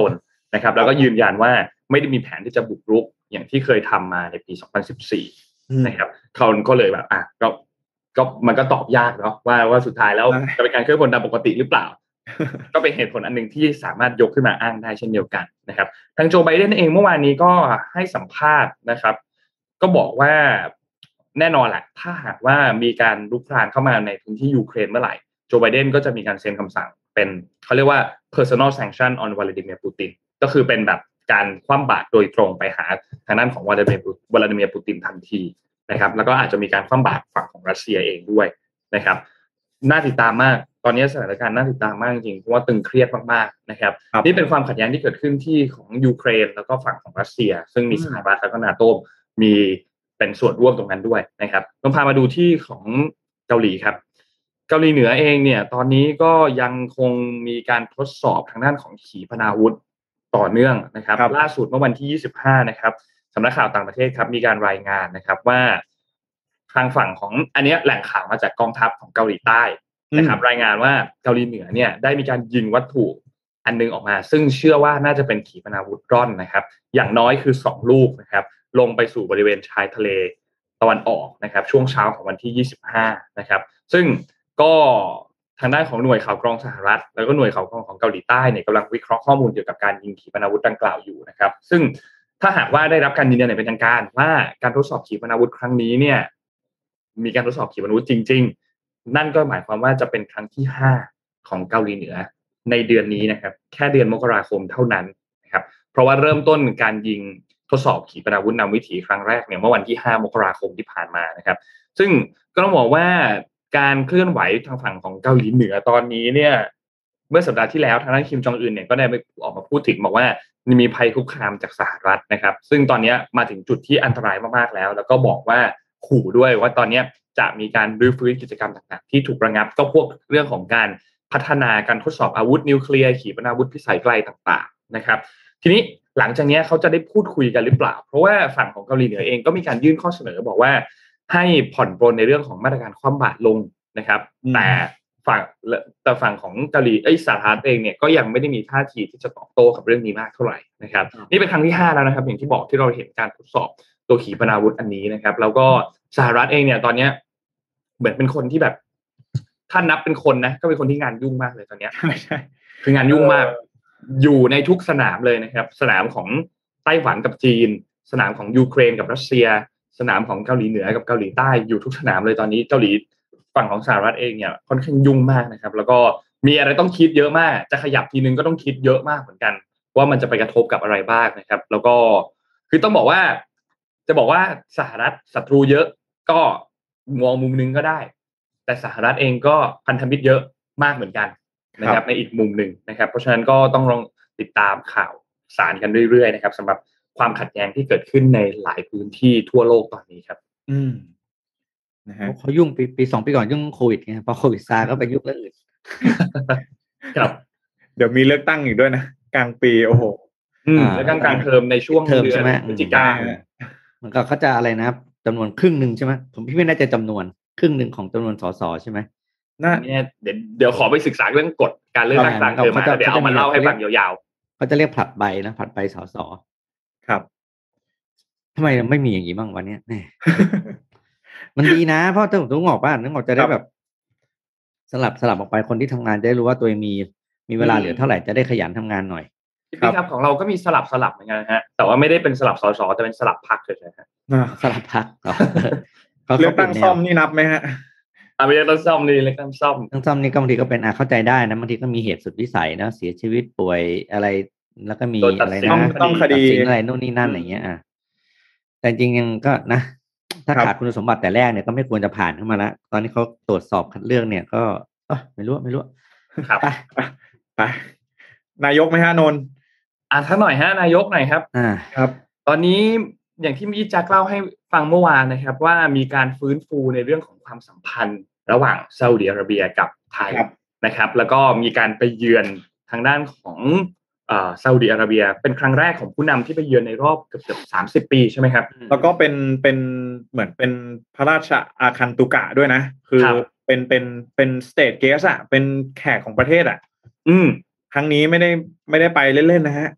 นะครับแล้วก็ยืนยันว่าไม่ได้มีแผนที่จะบุกรุกอย่างที่เคยทำมาในปีสองพันสิบสี่นะครับเขาก็เลยแบบอ่ะก็ก็มันก็ตอบยากเนาะว่าว่าสุดท้ายแล้วจะเป็นการเคลื่อนพลตามปกติหรือเปล่าก็เป็นเหตุผลอันหนึ่งที่สามารถยกขึ้นมาอ้างได้เช่นเดียวกันนะครับทางโจไบเดนเองเมื่อวานนี้ก็ให้สัมภาษณ์นะครับก็บอกว่าแน่นอนแหละถ้าหากว่ามีการลุกรานเข้ามาในพื้นที่ยูเครนเมื่อไหร่โจไบเดนก็จะมีการเซ็นคำสั่งเป็นเขาเรียกว่า personal sanction on Vladimir Putin ก็คือเป็นแบบการคว่ำบาตรโดยตรงไปหาทางด้านของวลาดิเมียร์วลาดิเมียร์ปูตินทันทีนะครับแล้วก็อาจจะมีการคว่ำบาตรฝั่งของรัสเซียเองด้วยนะครับน่าติดตามมากตอนนี้สถานการณ์น่าติดตามมากจริงเพราะว่าตึงเครียดมากๆนะครับนี่เป็นความขัดแย้งที่เกิดขึ้นที่ของยูเครนแล้วก็ฝั่งของรัสเซียซึ่งมีสหรัฐแล้วก็นาโต้มีเป็นส่วนร่วมตรงนั้นด้วยนะครับต้องพามาดูที่ของเกาหลีครับเกาหลีเหนือเองเนี่ยตอนนี้ก็ยังคงมีการทดสอบทางด้านของขีปนาวุธต่อเนื่องนะครับล่าสุดเมื่อวันที่ยี่สิบห้านะครับสำนักข่าวต่างประเทศครับมีการรายงานนะครับว่าทางฝั่งของอันนี้แหล่งข่าวมาจากกองทัพของเกาหลีใต้นะครับรายงานว่าเกาหลีเหนือเนี่ยได้มีการยิงวัตถุอันนึงออกมาซึ่งเชื่อว่าน่าจะเป็นขีปนาวุธร่อนนะครับอย่างน้อยคือสองลูกนะครับลงไปสู่บริเวณชายทะเลตะวันออกนะครับช่วงเช้าของวันที่ยี่สิบห้านะครับซึ่งก็ทางด้านของหน่วยข่าวกรองสหรัฐแล้วก็หน่วยข่าวกรองของเกาหลีใต้เนี่ยกำลังวิเคราะห์ข้อมูลเกี่ยวกับการยิงขีปนาวุธดังกล่าวอยู่นะครับซึ่งถ้าหากว่าได้รับการยืนยันอย่างเป็นทางการว่าการทดสอบขีปนาวุธครั้งนี้เนี่ยมีการทดสอบขีปนาวุธจริงๆนั่นก็หมายความว่าจะเป็นครั้งที่ห้าของเกาหลีเหนือในเดือนนี้นะครับแค่เดือนมกราคมเท่านั้นนะครับเพราะว่าเริ่มต้นการยิงทดสอบขีปนาวุธนำวิถีครั้งแรกเนี่ยเมื่อวันที่ห้ามกราคมที่ผ่านมานะครับซึ่งก็ต้องบอกว่าการเคลื่อนไหวทางฝั่งของเกาหลีเหนือตอนนี้เนี่ยเมื่อสัปดาห์ที่แล้วทางด้านคิมจองอึนเนี่ยก็ได้ออกมาพูดถึงบอกว่ามีภัยคุกคามจากสหรัฐนะครับซึ่งตอนนี้มาถึงจุดที่อันตรายมากๆแล้วแล้วก็บอกว่าขู่ด้วยว่าตอนนี้จะมีการรื้อฟื้นกิจกรรมต่างๆที่ถูกระงับก็พวกเรื่องของการพัฒนาการทดสอบอาวุธนิวเคลียร์ขีปนาวุธพิสัยไกลต่างๆนะครับทีนี้หลังจากนี้เขาจะได้พูดคุยกันหรือเปล่าเพราะว่าฝั่งของเกาหลีเหนือเองก็มีการยื่นข้อเสนอบอกว่าให้ผ่อนปรนในเรื่องของมาตรการคว่ำบาตรลงนะครับแต่ฝั่งแต่ฝั่งของเกาหลีไอ้สหรัฐเองเนี่ยก็ยังไม่ได้มีท่าทีที่จะตอบโต้กับเรื่องนี้มากเท่าไหร่นะครับนี่เป็นครั้งที่ห้าแล้วนะครับอย่างที่บอกที่เราเห็นการทดสอบตัวขีปนาวุธอันนี้นะครับแล้วก็สหรัฐเองเนี่ยตอนนี้เหมือนเป็นคนที่แบบถ้านับเป็นคนนะก็เป็นคนที่งานยุ่งมากเลยตอนนี้ใช่คืองานยุ่งมากอยู่ในทุกสนามเลยนะครับสนามของไต้หวันกับจีนสนามของยูเครนกับรัสเซียสนามของเกาหลีเหนือกับเกาหลีใต้อยู่ทุกสนามเลยตอนนี้เกาหลีฝั่งของสหรัฐเองเนี่ยค่อนข้างยุ่งมากนะครับแล้วก็มีอะไรต้องคิดเยอะมากจะขยับทีนึงก็ต้องคิดเยอะมากเหมือนกันว่ามันจะไปกระทบกับอะไรบ้างนะครับแล้วก็คือต้องบอกว่าจะบอกว่าสหรัฐศัตรูเยอะก็มองมุมนึงก็ได้แต่สหรัฐเองก็พันธมิตรเยอะมากเหมือนกันนะครับในอีกมุมนึงนะครับเพราะฉะนั้นก็ต้องลองติดตามข่าวสารกันเรื่อยๆนะครับสำหรับความขัดแย้งที่เกิดขึ้นในหลายพื้นที่ทั่วโลกตอนนี้ครับอืมนะฮะเขายุ่งปีปีสองปีก่อนยุ่งโควิดไงพอโควิดซาก็ไปยุ่งเรื่องอื่นครับเดี๋ยวมีเลือกตั้งอีกด้วยนะกลางปีโอ้โหอืมแล้วกลางกลางเทอมในช่วงเทอมใช่ไหมพฤศจิกายนมันก็เขาจะอะไรนะจำนวนครึ่งหนึ่งใช่ไหมผมพี่ไม่แน่ใจจำนวนครึ่งหนึ่งของจำนวนสสใช่ไหมน่าเนี่ยเดี๋ยวเดี๋ยวขอไปศึกษาเรื่องกฎการเลือกตั้งกลางเทอมมาเดี๋ยวเอามาเล่าให้ฟังยาวๆเขาจะเรียกผลัดใบนะผลัดใบสสครับทำไมไม่มีอย่างนี้บ้างวันนี้มันดีนะเพราะถ้าผมต้องบอกว่านึกออกจะได้แบบสลับสลับออกไปคนที่ทำงานจะได้รู้ว่าตัวเองมีมีเวลาเหลือเท่าไหร่จะได้ขยันทำงานหน่อยพี่ครับของเราก็มีสลับสลับเหมือนกันฮะแต่ว่าไม่ได้เป็นสลับสสแต่เป็นสลับพรรคเฉยๆฮะสลับพรรคเขาเลือกตั้งซ่อมนี่นับไหมฮะอ่าไม่ใช่ตั้งซ่อมนี่เลือกตั้งซ่อมตั้งซ่อมนี่ก็บางทีก็เป็นอ่ะเข้าใจได้นะบางทีก็มีเหตุสุดวิสัยนะเสียชีวิตป่วยอะไรแล้วก็มีอะไรนะต้องคดีอะไรนู่นนี่นั่นอะไรเงี้ยอ่ะแต่จริงๆยังก็นะถ้าขาดคุณสมบัติแต่แรกเนี่ยก็ไม่ควรจะผ่านเข้ามาแล้วตอนนี้เขาตรวจสอบคัดเลือกเนี่ยก็เออไม่รู้ไม่รู้ครับไปไปนายกไหมฮะนนท์อ่ะทักหน่อยฮะนายกหน่อยครับอ่าครับตอนนี้อย่างที่พี่แจ็คเล่าให้ฟังเมื่อวานนะครับว่ามีการฟื้นฟูในเรื่องของความสัมพันธ์ระหว่างซาอุดิอาระเบียกับไทยนะครับแล้วก็มีการไปเยือนทางด้านของเอ่อซาอุดิอาระเบียเป็นครั้งแรกของผู้นำที่ไปเยือนในรอบเกือบๆสามสิบปีใช่ไหมครับแล้วก็เป็นเป็นเหมือนเป็นพระราชอาคันตุกะด้วยนะคือเป็นเป็นเป็นสเตทเกสอ่ะเป็นแขกของประเทศอ่ะอืมครั้งนี้ไม่ได้ไม่ได้ไปเล่นๆนะฮะ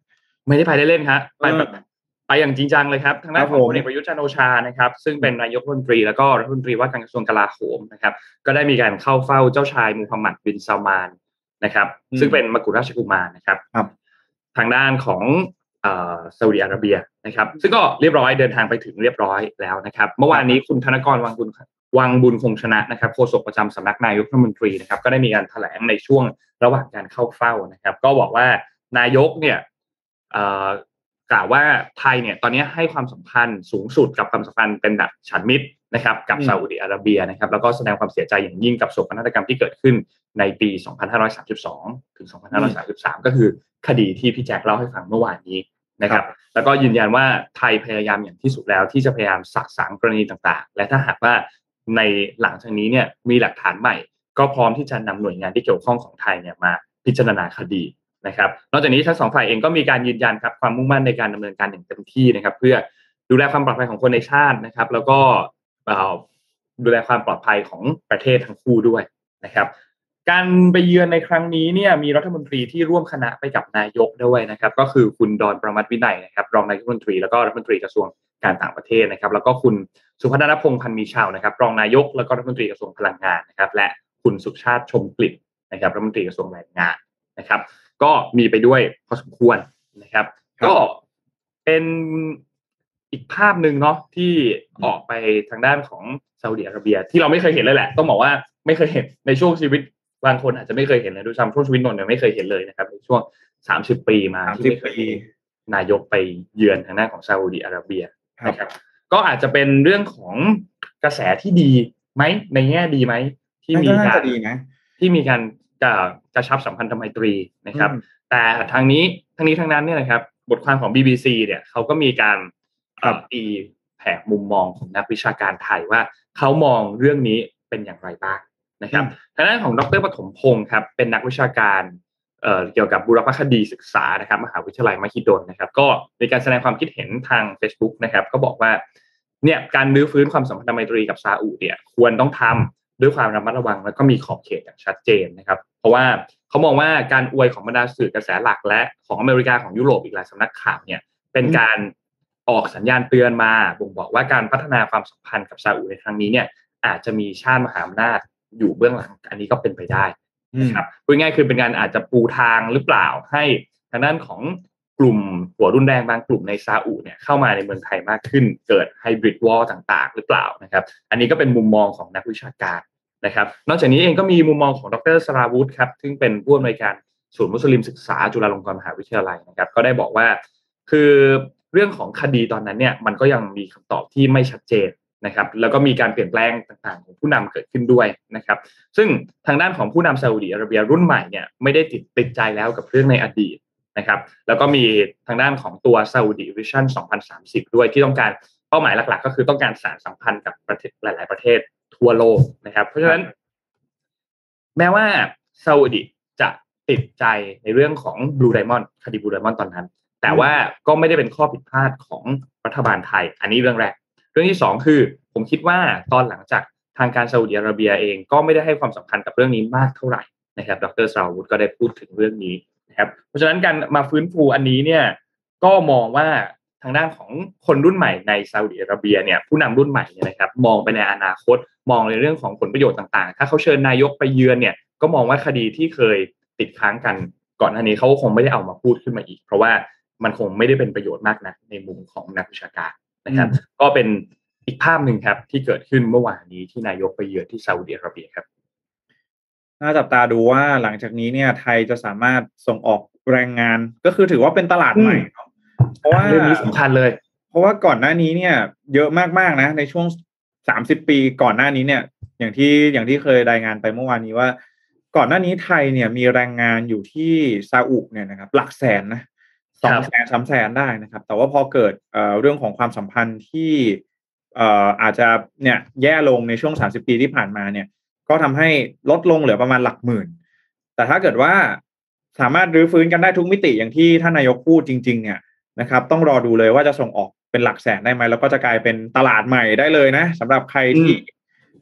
ไม่ได้ไปเล่นๆครับไปแบบไปอย่างจริงจังเลยครับทางด้านของพลเอกประยุทธ์จันทร์โอชานะครับซึ่งเป็นนายกรัฐมนตรีแล้วก็รัฐมนตรีว่าการกระทรวงกลาโหมนะครับก็ได้มีการเข้าเฝ้าเจ้าชายมูฮัมหมัดบินซาลมานนะครับซึ่งเป็นมกุฎราชกุมารนะครับทางด้านของเอ่อซาอุดิอาระเบียนะครับซึ่งก็เรียบร้อยเดินทางไปถึงเรียบร้อยแล้วนะครับเมื่อวานนี้คุณธนกรวังบุญวังบุญคงชนะนะครับโฆษกประจำสำนักนายกรัฐมนตรีนะครับก็ได้มีการแถลงในช่วงระหว่างการเข้าเฝ้านะครับก็บอกว่านายกเนี่ยกล่าวว่าไทยเนี่ยตอนนี้ให้ความสำคัญสูงสุดกับความสัมพันธ์เป็นแบบฉันมิตรนะครับกับซาอุดิอาระเบียนะครับแล้วก็แสดงความเสียใจอย่างยิ่งกับโศกนาฏกรรมที่เกิดขึ้นในปีสองพันห้าร้อยสามสิบสองถึงสองพันห้าร้อยสามสิบสามก็คือคดีที่พี่แจ็คเล่าให้ฟังเมื่อวานนี้นะครับแล้วก็ยืนยันว่าไทยพยายามอย่างที่สุดแล้วที่จะพยายามสะสางกรณีต่างๆและถ้าหากว่าในหลังจากนี้เนี่ยมีหลักฐานใหม่ก็พร้อมที่จะนำหน่วยงานที่เกี่ยวข้องของไทยเนี่ยมาพิจารณาคดีนะครับนอกจากนี้ทั้งสองฝ่ายเองก็มีการยืนยันครับความมุ่งมั่นในการดำเนินการอย่างเต็มที่นะครับเพื่อดูแลความปลอดภัยของคนในชาตินะครับแล้วก็ดูแลความปลอดภัยของประเทศทั้งคู่ด้วยนะครับการไปเยือนในครั้งนี้เนี่ยมีรัฐมนตรีที่ร่วมคณะไปกับนายกด้วยนะครับก็คือคุณดอนประมัติวินัยนะครับรองนายกรัฐมนตรีแล้วก็รัฐมนตรีกระทรวงการต่างประเทศนะครับแล้วก็คุณสุพัฒนพงษ์พันธ์มีชาวนะครับรองนายกแล้วก็รัฐมนตรีกระทรวงพลังงานนะครับและคุณสุชาติชมกลิ่นนะครับรัฐมนตรีกระทรวงแรงงานนะครับก็มีไปด้วยพอสมควรนะครับก็เป็นอีกภาพหนึ่งเนาะที่ออกไปทางด้านของซาอุดิอาระเบียที่เราไม่เคยเห็นเลยแหละต้องบอกว่าไม่เคยเห็นในช่วงชีวิตบางคนอาจจะไม่เคยเห็นเลยด้วยซ้ำช่วงชีวิตนนท์เนี่ยไม่เคยเห็นเลยนะครับในช่วงสามสิบปีมาที่ไม่เคยนายกไปเยือนทางด้านของซาอุดิอาระเบียนะครับก็อาจจะเป็นเรื่องของกระแสที่ดีไหมในแง่ดีไหมที่มีการที่มีการกระชับสัมพันธไมตรีนะครับแต่ทางนี้ทางนี้ทางนั้นเนี่ยนะครับบทความของ บี บี ซี เนี่ยเขาก็มีการตีแผ่มุมมองของนักวิชาการไทยว่าเขามองเรื่องนี้เป็นอย่างไรบ้างนะครับทางด้านของดร.ปฐมพงศ์ครับเป็นนักวิชาการเอ่อเกี่ยวกับบูรพคดีศึกษานะครับมหาวิทยาลัยมหิดลนะครับก็มีการแสดงความคิดเห็นทาง Facebook นะครับก็บอกว่าเนี่ยการรื้อฟื้นความสัมพันธไมตรีกับซาอุเนี่ยควรต้องทำด้วยความระมัดระวังแล้วก็มีขอบเขตอย่างชัดเจนนะครับเพราะว่าเขามองว่าการอวยของบรรดาสื่อกระแสหลักและของอเมริกาของยุโรปอีกหลายสำนักข่าวเนี่ยเป็นการออกสัญญาณเตือนมาบ่งบอกว่าการพัฒนาความสัมพันธ์กับซาอุในครั้งนี้เนี่ยอาจจะมีชาติมหาอำนาจอยู่เบื้องหลังอันนี้ก็เป็นไปได้นะครับพูดง่ายคือเป็นการอาจจะปูทางหรือเปล่าให้ทางด้านของกลุ่มหัวรุนแรงบางกลุ่มในซาอุเนี่ยเข้ามาในเมืองไทยมากขึ้นเกิดไฮบริดวอร์ต่างๆหรือเปล่านะครับอันนี้ก็เป็นมุมมองของนักวิชาการนะครับนอกจากนี้เองก็มีมุมมองของดร.สราวุธครับซึ่งเป็นผู้อำนวยการศูนย์มุสลิมศึกษาจุฬาลงกรณ์มหาวิทยาลัยนะครับก็ได้บอกว่าคือเรื่องของคดีตอนนั้นเนี่ยมันก็ยังมีคำตอบที่ไม่ชัดเจนนะครับแล้วก็มีการเปลี่ยนแปลงต่างๆของผู้นำเกิดขึ้นด้วยนะครับซึ่งทางด้านของผู้นำซาอุดิอาระเบียรุ่นใหม่เนี่ยไม่ได้ติดติดใจแล้วกับเรื่องในอดีตนะครับแล้วก็มีทางด้านของตัวซาอุดิวิชั่นสองพันสามสิบด้วยที่ต้องการเป้าหมายหลักๆก็คือต้องการสานสัมพันธ์กับประเทศหลายๆประเทศทั่วโลกนะครับเพราะฉะนั้นแม้ว่าซาอุดิจะติดใจในเรื่องของบลูไดมอนด์คดีบลูไดมอนด์ตอนนั้นแต่ว่าก็ไม่ได้เป็นข้อผิดพลาดของรัฐบาลไทยอันนี้เรื่องแรกเรื่องที่สองคือผมคิดว่าตอนหลังจากทางการซาอุดิอาระเบียเองก็ไม่ได้ให้ความสำคัญกับเรื่องนี้มากเท่าไหร่นะครับดร.สราวุธก็ได้พูดถึงเรื่องนี้นะครับเพราะฉะนั้นการมาฟื้นฟูอันนี้เนี่ยก็มองว่าทางด้านของคนรุ่นใหม่ในซาอุดิอาระเบียเนี่ยผู้นำรุ่นใหม่เนี่ยนะครับมองไปในอนาคตมองในเรื่องของผลประโยชน์ต่างๆถ้าเขาเชิญนายกไปเยือนเนี่ยก็มองว่าคดีที่เคยติดค้างกันก่อนหน้านี้เขาคงไม่ได้เอามาพูดขึ้นมาอีกเพราะว่ามันคงไม่ได้เป็นประโยชน์มากนักในมุมของนักวิชาการนะครับก็เป็นอีกภาพหนึ่งครับที่เกิดขึ้นเมื่อวานนี้ที่นายกไปเยือนที่ซาอุดิอาระเบียครับน่าจับตาดูว่าหลังจากนี้เนี่ยไทยจะสามารถส่งออกแรงงานก็คือถือว่าเป็นตลาดใหม่เนาะเพราะว่าเรื่องนี้สำคัญเลยเพราะว่าก่อนหน้านี้เนี่ยเยอะมากๆนะในช่วงสามสิบปีก่อนหน้านี้เนี่ยอย่างที่อย่างที่เคยรายงานไปเมื่อวานนี้ว่าก่อนหน้านี้ไทยเนี่ยมีแรงงานอยู่ที่ซาอุเนี่ยนะครับหลักแสนนะสองแสนสามแสนได้นะครับแต่ว่าพอเกิดเอ่อเรื่องของความสัมพันธ์ที่เอ่ออาจจะเนี่ยแย่ลงในช่วงสามสิบปีที่ผ่านมาเนี่ยก็ทำให้ลดลงเหลือประมาณหลักหมื่นแต่ถ้าเกิดว่าสามารถรื้อฟื้นกันได้ทุกมิติอย่างที่ท่านนายกพูดจริงๆเนี่ยนะครับต้องรอดูเลยว่าจะส่งออกเป็นหลักแสนได้ไหมแล้วก็จะกลายเป็นตลาดใหม่ได้เลยนะสำหรับใครที่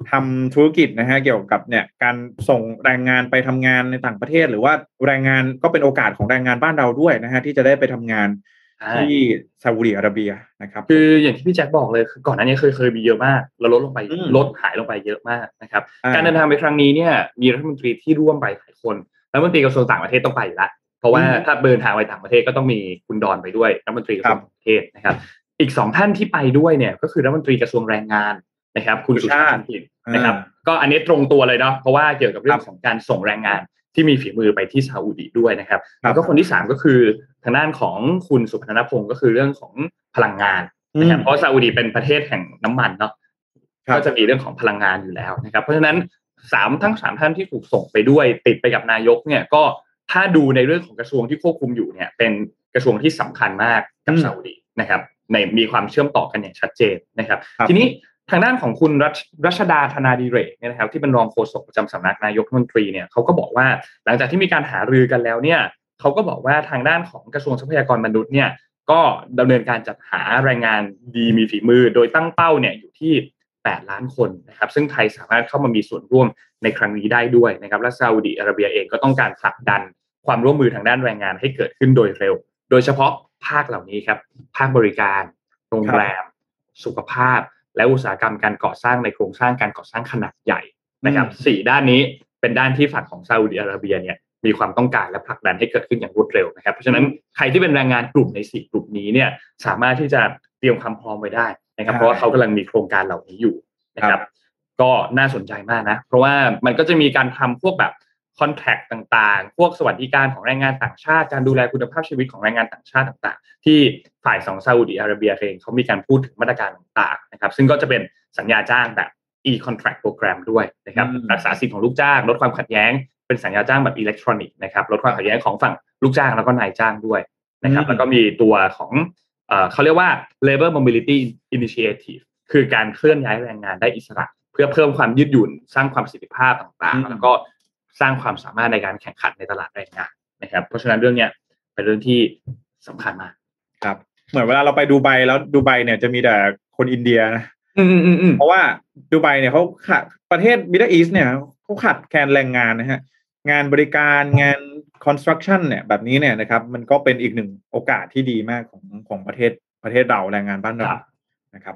ทำธุรกิจนะฮะเกี่ยวกับเนี่ยการส่งแรงงานไปทำงานในต่างประเทศหรือว่าแรงงานก็เป็นโอกาสของแรงงานบ้านเราด้วยนะฮะที่จะได้ไปทำงานที่ซาอุดิอาระเบียนะครับคืออย่างที่พี่แจ็คบอกเลยคือก่อนหน้านี้เคยเคยมีเยอะมากแล้วลดลงไปลดหายลงไปเยอะมากนะครับการเดินทางไปครั้งนี้เนี่ยมีรัฐมนตรีที่ร่วมไปหลายคนรัฐมนตรีกระทรวงต่างประเทศต้องไปอยู่แล้วเพราะว่าถ้าเดินทางไปต่างประเทศก็ต้องมีคุณดอนไปด้วยรัฐมนตรีกระทรวงต่างประเทศนะครับอีกสองท่านที่ไปด้วยเนี่ยก็คือรัฐมนตรีกระทรวงแรงงานนะครับคุณสุชาตินะครับก็อันนี้ตรงตัวเลยเนาะเพราะว่าเกี่ยวกับเรื่องของการส่งแรงงานที่มีฝีมือไปที่ซาอุดิด้วยนะครับแล้วก็คนที่สามก็คือทางด้านของคุณสุพัฒนพงศ์ก็คือเรื่องของพลังงานนะครับเพราะซาอุดิเป็นประเทศแห่งน้ำมันเนาะก็จะมีเรื่องของพลังงานอยู่แล้วนะครับเพราะฉะนั้นสามทั้งสามท่านที่ถูกส่งไปด้วยติดไปกับนายกเนี่ยก็ถ้าดูในเรื่องของกระทรวงที่ควบคุมอยู่เนี่ยเป็นกระทรวงที่สำคัญมากกับซาอุดินะครับในมีความเชื่อมต่อกันอย่างชัดเจนนะครับทีนี้ทางด้านของคุณรัชดาธนาดิเรกเนี่ยนะครับที่เป็นรองโฆษกประจำสำนักนายกรัฐมนตรีเนี่ยเขาก็บอกว่าหลังจากที่มีการหารือกันแล้วเนี่ยเขาก็บอกว่าทางด้านของกระทรวงทรัพยากรมนุษย์เนี่ยก็ดำเนินการจัดหาแรงงานดีมีฝีมือโดยตั้งเป้าเนี่ยอยู่ที่แปดล้านคนนะครับซึ่งไทยสามารถเข้ามามีส่วนร่วมในครั้งนี้ได้ด้วยนะครับและซาอุดิอาระเบียเองก็ต้องการผลักดันความร่วมมือทางด้านแรงงานให้เกิดขึ้นโดยเร็วโดยเฉพาะภาคเหล่านี้ครับภาคบริการโรงแรมสุขภาพและอุตสาหกรรมการก่อสร้างในโครงสร้างการก่อสร้างขนาดใหญ่นะครับสี่ด้านนี้เป็นด้านที่ฝั่งของซาอุดิอาระเบียเนี่ยมีความต้องการและผลักดันให้เกิดขึ้นอย่างรวดเร็วนะครับเพราะฉะนั้นใครที่เป็นแรงงานกลุ่มในสี่กลุ่มนี้เนี่ยสามารถที่จะเตรียมความพร้อมไว้ได้นะครับเพราะว่าเขากำลังมีโครงการเหล่านี้อยู่นะครับก็น่าสนใจมากนะเพราะว่ามันก็จะมีการทำพวกแบบคอนแทคต่างๆพวกสวัสดิการของแรงงานต่างชาติการดูแลคุณภาพชีวิตของแรงงานต่างชาติต่างๆที่ฝ่ายของซาอุดิอาระเบียเองเขามีการพูดถึงมาตรการต่างๆนะครับซึ่งก็จะเป็นสัญญาจ้างแบบ e-contract program ด้วยนะครับรักษาสิทธิของลูกจ้างลดความขัดแย้งเป็นสัญญาจ้างแบบอิเล็กทรอนิกส์นะครับลดความขัดแย้งของฝั่งลูกจ้างแล้วก็นายจ้างด้วยนะครับแล้วก็มีตัวของเอ่อเขาเรียกว่า labor mobility initiative คือการเคลื่อนย้ายแรงงานได้อิสระเพื่อเพิ่มความยืดหยุ่นสร้างความประสิทธิภาพต่างๆแล้วก็สร้างความสามารถในการแข่งขันในตลาดแรงงานนะครับเพราะฉะนั้นเรื่องนี้เป็นเรื่องที่สำคัญมากครับเหมือนเวลาเราไปดูไบแล้วดูไบเนี่ยจะมีแต่คนอินเดียนะอืมๆๆเพราะว่าดูไบเนี่ยเขาขาดประเทศมิดเดิลอีสต์เนี่ยเขาขาดแคลนแรงงานนะฮะงานบริการงานคอนสตรัคชั่นเนี่ยแบบนี้เนี่ยนะครับมันก็เป็นอีกหนึ่งโอกาสที่ดีมากของของประเทศประเทศเราแรงงานบ้านเรานะครับ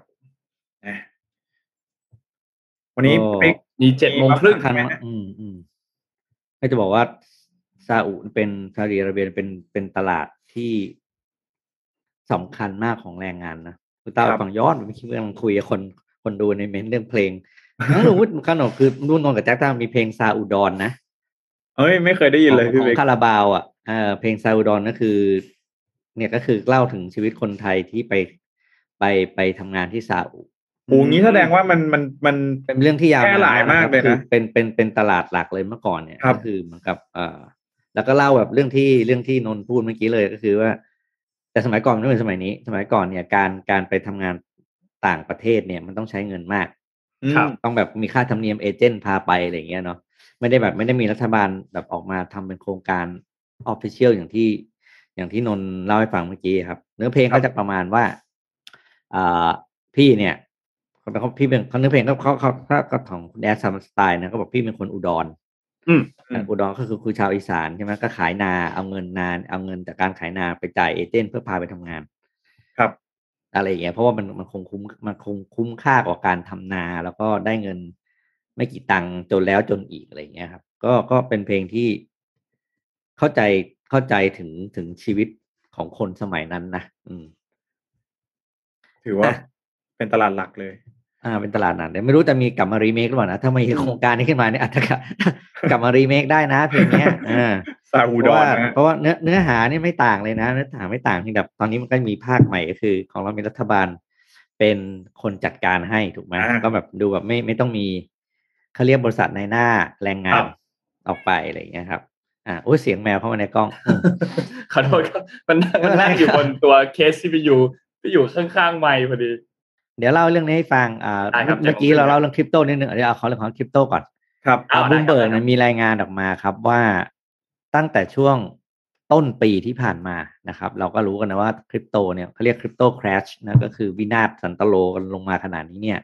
วันนี้มีเจ็ดโมงครึ่งใช่ไหมอืมอืมให้จะบอกว่าซาอุเป็นซาอุดิอาระเบียเป็นเป็นตลาดที่สำคัญมากของแรงงานนะคุณตาฟังย้อนเมื่อกี้เมื่อคุยกับคนคนดูในเมนเรื่องเพลงนั่นรู้ขนมคือรุ่นนนกับแจ็คต้ามีเพลงซาอุดอนนะเอ้ยไม่เคยได้ยินเลยของคาราบาวอ่ะเออเพลงซาอุดอนก็คือเนี่ยก็คือเล่าถึงชีวิตคนไทยที่ไปไปไปทำงานที่ซาอุโอ้งี้แสดงว่ามันมันมันเป็นเรื่องที่ยาวนานหลายมากเลยนะเป็นเป็นเป็นตลาดหลักเลยเมื่อก่อนเนี่ยก็คือเหมือนกับเอ่อแล้วก็เล่าแบบเรื่องที่เรื่องที่นนพูดเมื่อกี้เลยก็คือว่าแต่สมัยก่อนไม่เหมือนสมัยนี้สมัยก่อนเนี่ยการการไปทำงานต่างประเทศเนี่ยมันต้องใช้เงินมากต้องแบบมีค่าธรรมเนียมเอเจนต์พาไปอะไรอย่างเงี้ยเนาะไม่ได้แบบไม่ได้มีรัฐบาลแบบออกมาทำเป็นโครงการออฟฟิเชียลอย่างที่อย่างที่นนเล่าให้ฟังเมื่อกี้ครับเนื้อเพลงก็จะประมาณว่าอ่าพี่เนี่ยเขาพี่เป็นเขาเนื้อเพลงเขาเขาเขาเขาของคุณแอดซัมสไตล์นะเขาบอกพี่เป็นคนอุดรอืมอุดรก็คือคือชาวอีสานใช่ไหมก็ขายนาเอาเงินนาเอาเงินจากการขายนาไปจ่ายเอเจนต์เพื่อพาไปทำงานครับอะไรอย่างเงี้ยเพราะว่ามันมันคงคุ้มมันคงคุ้มค่ากว่าการทำนาแล้วก็ได้เงินไม่กี่ตังค์จนแล้วจนอีกอะไรอย่างเงี้ยครับก็ก็เป็นเพลงที่เข้าใจเข้าใจถึงถึงชีวิตของคนสมัยนั้นนะอืมถือว่าเป็นตลาดหลักเลยอ่าเป็นตลาดนั้นไม่รู้จะมีกลับมารีเมคหรือเปล่านะถ้ามีโครงการนี้ขึ้นมาเนี่ยอาจจะกลับมารีเมคได้นะเพลงเนี้ยอ่าซาอุดอนนะเพราะว่าเนื้อเนื้อหานี่ไม่ต่างเลยนะเนื้อหาไม่ต่างที่แบบตอนนี้มันก็มีภาคใหม่ก็คือของเรามีรัฐบาลเป็นคนจัดการให้ถูกไหมก็แบบดูแบบไม่ไม่ต้องมีเขาเรียกบริษัทในหน้าแรงงานออกไปอะไรอย่างเงี้ยครับอ่าโอ้เสียงแมวเข้ามาในกล้องขอโทษครับมันมันนั่งอยู่บนตัวเคส ซี พี ยู ที่อยู่ข้างๆไมค์พอดีเดี๋ยวเล่าเรื่องนี้ให้ฟังอ่าเมื่อกี้เราเล่าเรื่องคริปโตนิดนึงเดี๋ยวเอาขอเรื่องของคริปโตก่อนครับบูมเบิร์กมีรายงานออกมาครับว่าตั้งแต่ช่วงต้นปีที่ผ่านมานะครับเราก็รู้กันนะว่าคริปโตเนี่ยเขาเรียกคริปโตคราชนะก็คือวินาศสันตโลกันลงมาขนาดนี้เนี่ย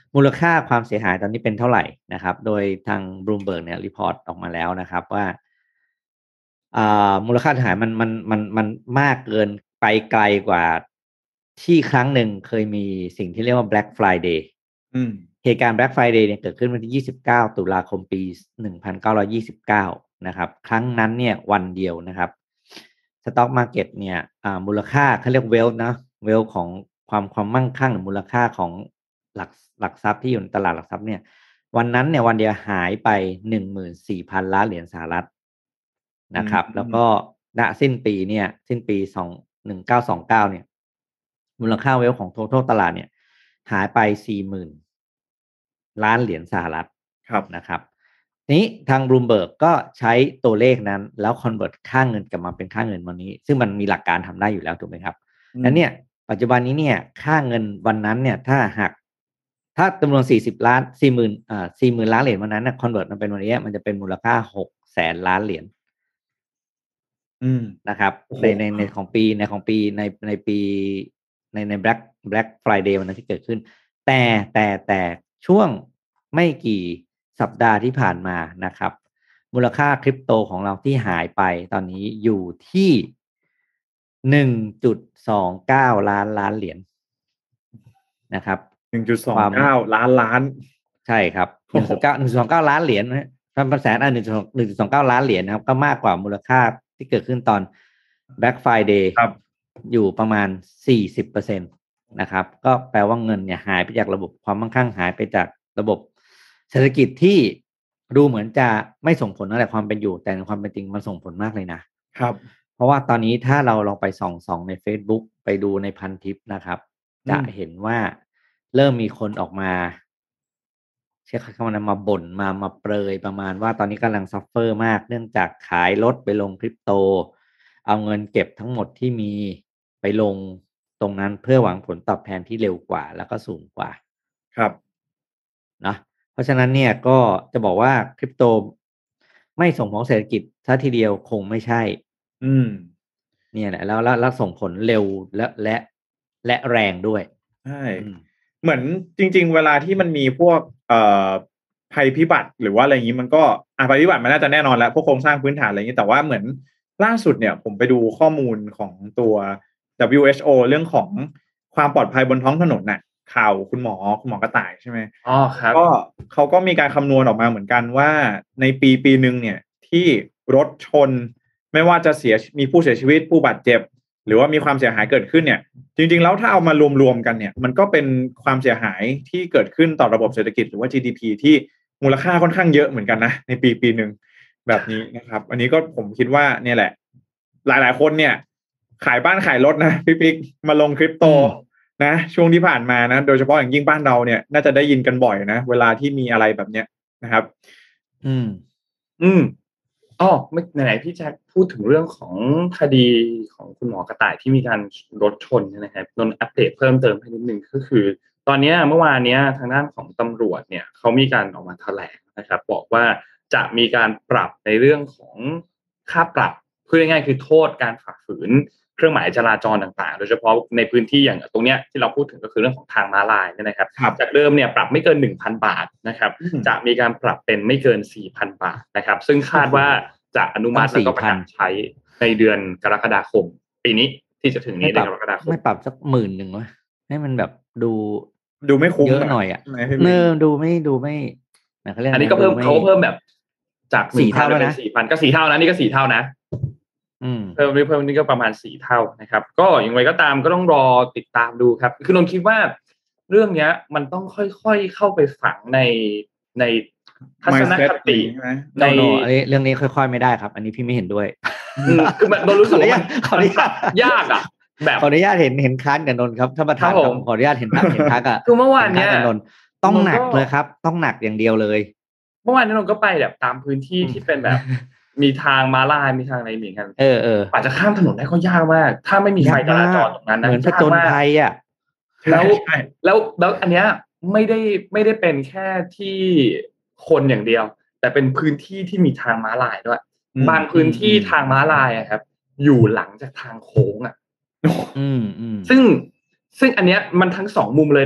มูลค่าความเสียหายตอนนี้เป็นเท่าไหร่นะครับโดยทาง Bloomberg เนี่ยรีพอร์ตออกมาแล้วนะครับว่าอ่ามูลค่าเสียหายมันมันมันมันมากเกินไปไกลกว่าที่ครั้งหนึ่งเคยมีสิ่งที่เรียกว่า Black Friday อืมเหตุการณ์ Black Friday เนี่ยเกิดขึ้นวันที่ยี่สิบเก้าตุลาคมปีหนึ่งพันเก้าร้อยยี่สิบเก้านะครับครั้งนั้นเนี่ยวันเดียวนะครับสต็อกมาร์เก็ตเนี่ยอ่ามูลค่าเขาเรียกเวลนะเวลของความความมั่งคั่งหรือมูลค่าของหลักหลักทรัพย์ที่อยู่ในตลาดหลักทรัพย์เนี่ยวันนั้นเนี่ยวันเดียวหายไป หนึ่งหมื่นสี่พัน ล้านเหรียญสหรัฐนะครับแล้วก็ณสิ้นปีเนี่ยสิ้นปีสองหนึ่งเก้าสองเก้าเนี่ยมูลค่าเวลของ total ตลาดเนี่ยหายไป สี่หมื่น ล้านเหรียญสหรัฐครับนะครับนี้ทาง Bloomberg ก็ใช้ตัวเลขนั้นแล้ว convert ค่าเงินกลับมาเป็นค่าเงินวันนี้ซึ่งมันมีหลักการทำได้อยู่แล้วถูกไหมครับนั้นเนี่ยปัจจุบันนี้เนี่ยค่าเงินวันนั้นเนี่ยถ้าหักถ้าจำนวนสี่สิบล้านสี่หมื่นอ่าสี่หมื่นล้านเหรียญวันนั้นเนี่ย convert มาเป็นวันนี้มันจะเป็นมูลค่าหกแสนล้านเหรียญอืมนะครับในในในของปีในของปีในในปีในใน Black Black Friday วันนั้นที่เกิดขึ้นแต่แต่แต่ช่วงไม่กี่สัปดาห์ที่ผ่านมานะครับมูลค่าคริปโตของเราที่หายไปตอนนี้อยู่ที่ หนึ่งจุดสองเก้า ล้านล้านเหรียญนะครับหนึ่งจุดสองเก้า ล้านล้านใช่ครับ หนึ่งจุดสองเก้า ล้านเหรียญนะพันแสนอ่ะหนึ่งจุดสองเก้า ล้านเหรียญนะครับก็มากกว่ามูลค่าที่เกิดขึ้นตอน Black Friday ครับอยู่ประมาณ สี่สิบเปอร์เซ็นต์ นะครับก็แปลว่าเงินเนี่ยหายไปจากระบบความมั่งคั่งหายไปจากระบบเศรษฐกิจที่ดูเหมือนจะไม่ส่งผลอะไรความเป็นอยู่แต่ในความเป็นจริงมันส่งผลมากเลยนะครับเพราะว่าตอนนี้ถ้าเราลองไปส่องๆใน Facebook ไปดูในพันทิปนะครับจะเห็นว่าเริ่มมีคนออกมาใช้คำว่ามาบ่นมามาเปรยประมาณว่าตอนนี้กำลังซัฟเฟอร์มากเนื่องจากขายรถไปลงคริปโตเอาเงินเก็บทั้งหมดที่มีไปลงตรงนั้นเพื่อหวังผลตอบแทนที่เร็วกว่าแล้วก็สูงกว่าครับนะเพราะฉะนั้นเนี่ยก็จะบอกว่าคริปโตไม่ส่งผลเศรษฐกิจซะทีเดียวคงไม่ใช่อืมเนี่ยแหละแล้วแล้วส่งผลเร็วและและและแรงด้วยใช่เหมือนจริงๆเวลาที่มันมีพวกเอ่อภัยพิบัติหรือว่าอะไรอย่างนี้มันก็อ่ะภัยพิบัติมันน่าจะแน่นอนแล้วพวกโครงสร้างพื้นฐานอะไรอย่างนี้แต่ว่าเหมือนล่าสุดเนี่ยผมไปดูข้อมูลของตัว ดับเบิลยู เอช โอ เรื่องของความปลอดภัยบนท้องถนนน่ะข่าวคุณหมอคุณหมอกระต่ายใช่ไหมอ๋อครับก็เขาก็มีการคำนวณออกมาเหมือนกันว่าในปีปีหนึ่งเนี่ยที่รถชนไม่ว่าจะเสียมีผู้เสียชีวิตผู้บาดเจ็บหรือว่ามีความเสียหายเกิดขึ้นเนี่ยจริงๆแล้วถ้าเอามารวมๆกันเนี่ยมันก็เป็นความเสียหายที่เกิดขึ้นต่อระบบเศรษฐกิจหรือว่า จี ดี พี ที่มูลค่าค่อนข้างเยอะเหมือนกันนะในปีปีหนึ่งแบบนี้นะครับอันนี้ก็ผมคิดว่าเนี่ยแหละหลายๆคนเนี่ยขายบ้านขายรถนะพี่ปิ๊กมาลงคริปโตนะช่วงที่ผ่านมานะโดยเฉพาะอย่างยิ่งบ้านเราเนี่ยน่าจะได้ยินกันบ่อยนะเวลาที่มีอะไรแบบเนี้ยนะครับอืมอืมอ๋อไม่ไหนๆพี่แจ็คพูดถึงเรื่องของคดีของคุณหมอกระต่ายที่มีการรถชนนะครับนนอัปเดตเพิ่มเติมให้นิดนึงก็คือตอนนี้เมื่อวานนี้ทางด้านของตำรวจเนี่ยเขามีการออกมาแถลงนะครับบอกว่าจะมีการปรับในเรื่องของค่าปรับพูดง่ายๆคือโทษการฝ่าฝืนเครื่องหมายจราจรต่างๆโดยเฉพาะในพื้นที่อย่างตรงเนี้ยที่เราพูดถึงก็คือเรื่องของทางม้าลายเนี่ยนะครับจากเดิมเนี่ยปรับไม่เกิน หนึ่งพัน บาทนะครับจะมีการปรับเป็นไม่เกิน สี่พัน บาทนะครับซึ่งคาดว่าจะอนุมัติแล้วก็ประกาศใช้ในเดือนกรกฎาคมปีนี้ที่จะถึงนี้เดือนกรกฎาคมไม่ปรับสักหมื่นหนึ่งวะให้มันแบบดูดูไม่คุ้มเยอะหน่อยอ่ะเนื้อดูไม่ดูไม่อันนี้ก็เพิ่มเขาเพิ่มแบบจากสี่เท่าเป็นสี่พันก็สี่เท่านะนี่ก็สี่เท่านะเพิ่มนี่เพิ่มนี่ก็ประมาณสี่เท่านะครับก็อย่างไรก็ตามก็ต้องรอติดตามดูครับคือนนท์คิดว่าเรื่องเนี้ยมันต้องค่อยๆเข้าไปฝังในในทัศนคติในเรื่องนี้ค่อยๆไม่ได้ครับอันนี้พี่ไม่เห็นด้วยคือมันโดนรู้สึกว่าขออนุญาตยากอ่ะแบบขออนุญาตเห็นเห็นค้านกับนนท์ครับท่านประธานขออนุญาตเห็นเห็นทักอ่ะคือเมื่อวานเนี้ยนนท์ต้องหนักเลยครับต้องหนักอย่างเดียวเลยเมื่อวานนี้นนท์ก็ไปแบบตามพื้นที่ที่เป็นแบบมีทางม้าลายมีทางอะไรเหมือนกันเออเอออาจจะข้ามถนนได้ก็ยากมากถ้าไม่มีไฟจราจรตรงนั้นนะเหมือนผจญภัยอ่ะแล้วแล้วแล้วอันเนี้ยไม่ได้ไม่ได้เป็นแค่ที่คนอย่างเดียวแต่เป็นพื้นที่ที่มีทางม้าลายด้วยบางพื้นที่ทางม้าลายอะครับอยู่หลังจากทางโค้งอ่ะซึ่งซึ่งอันเนี้ยมันทั้งสองมุมเลยนะ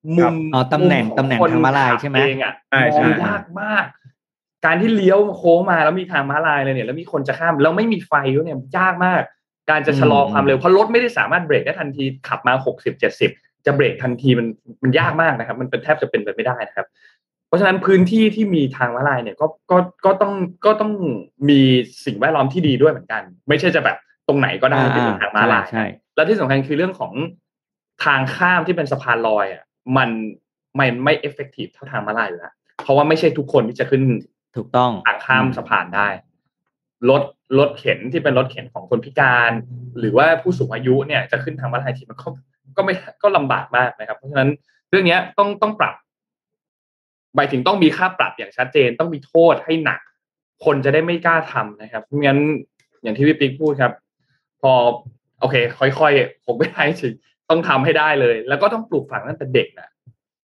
มุมอ๋อตำแหน่งตำแหน่งทางม้าลายใช่ไหมเองอ่ะใช่ใช่ยากมากการที่เลี้ยวโค้งมาแล้วมีทางม้าลายเลยเนี่ยแล้วมีคนจะข้ามแล้วไม่มีไฟด้วยเนี่ยยากมากการจะชะลอความเร็วเพราะรถไม่ได้สามารถเบรกได้ทันทีขับมาหกสิบ เจ็ดสิบจะเบรกทันทีมันมันยากมากนะครับมันเป็นแทบจะเป็นไปไม่ได้นะครับเพราะฉะนั้นพื้นที่ที่มีทางม้าลายเนี่ยก็ก็ก็ต้องก็ต้องมีสิ่งแวดล้อมที่ดีด้วยเหมือนกันไม่ใช่จะแบบตรงไหนก็ได้เป็นทางม้าลายแล้วที่สำคัญคือเรื่องของทางข้ามที่เป็นสะพานลอยอ่ะมันไม่ไม่เอฟเฟกตีฟเท่าทางม้าลายอยู่แล้วเพราะว่าไม่ใช่ทุกคนที่จะขึ้นถูกต้องทางข้ามสะพานได้รถรถเข็นที่เป็นรถเข็นของคนพิการหรือว่าผู้สูงอายุเนี่ยจะขึ้นทางม้าลายที่มันก็ก็ไม่ก็ลำบากมากนะครับเพราะฉะนั้นเรื่องนี้ต้องต้องปรับหมายถึงต้องมีค่าปรับอย่างชัดเจนต้องมีโทษให้หนักคนจะได้ไม่กล้าทำนะครับไม่งั้นอย่างที่พี่ปิ๊กพูดครับพอโอเคค่อยๆผมไม่ได้จริงต้องทำให้ได้เลยแล้วก็ต้องปลูกฝังตั้งแต่เด็กนะ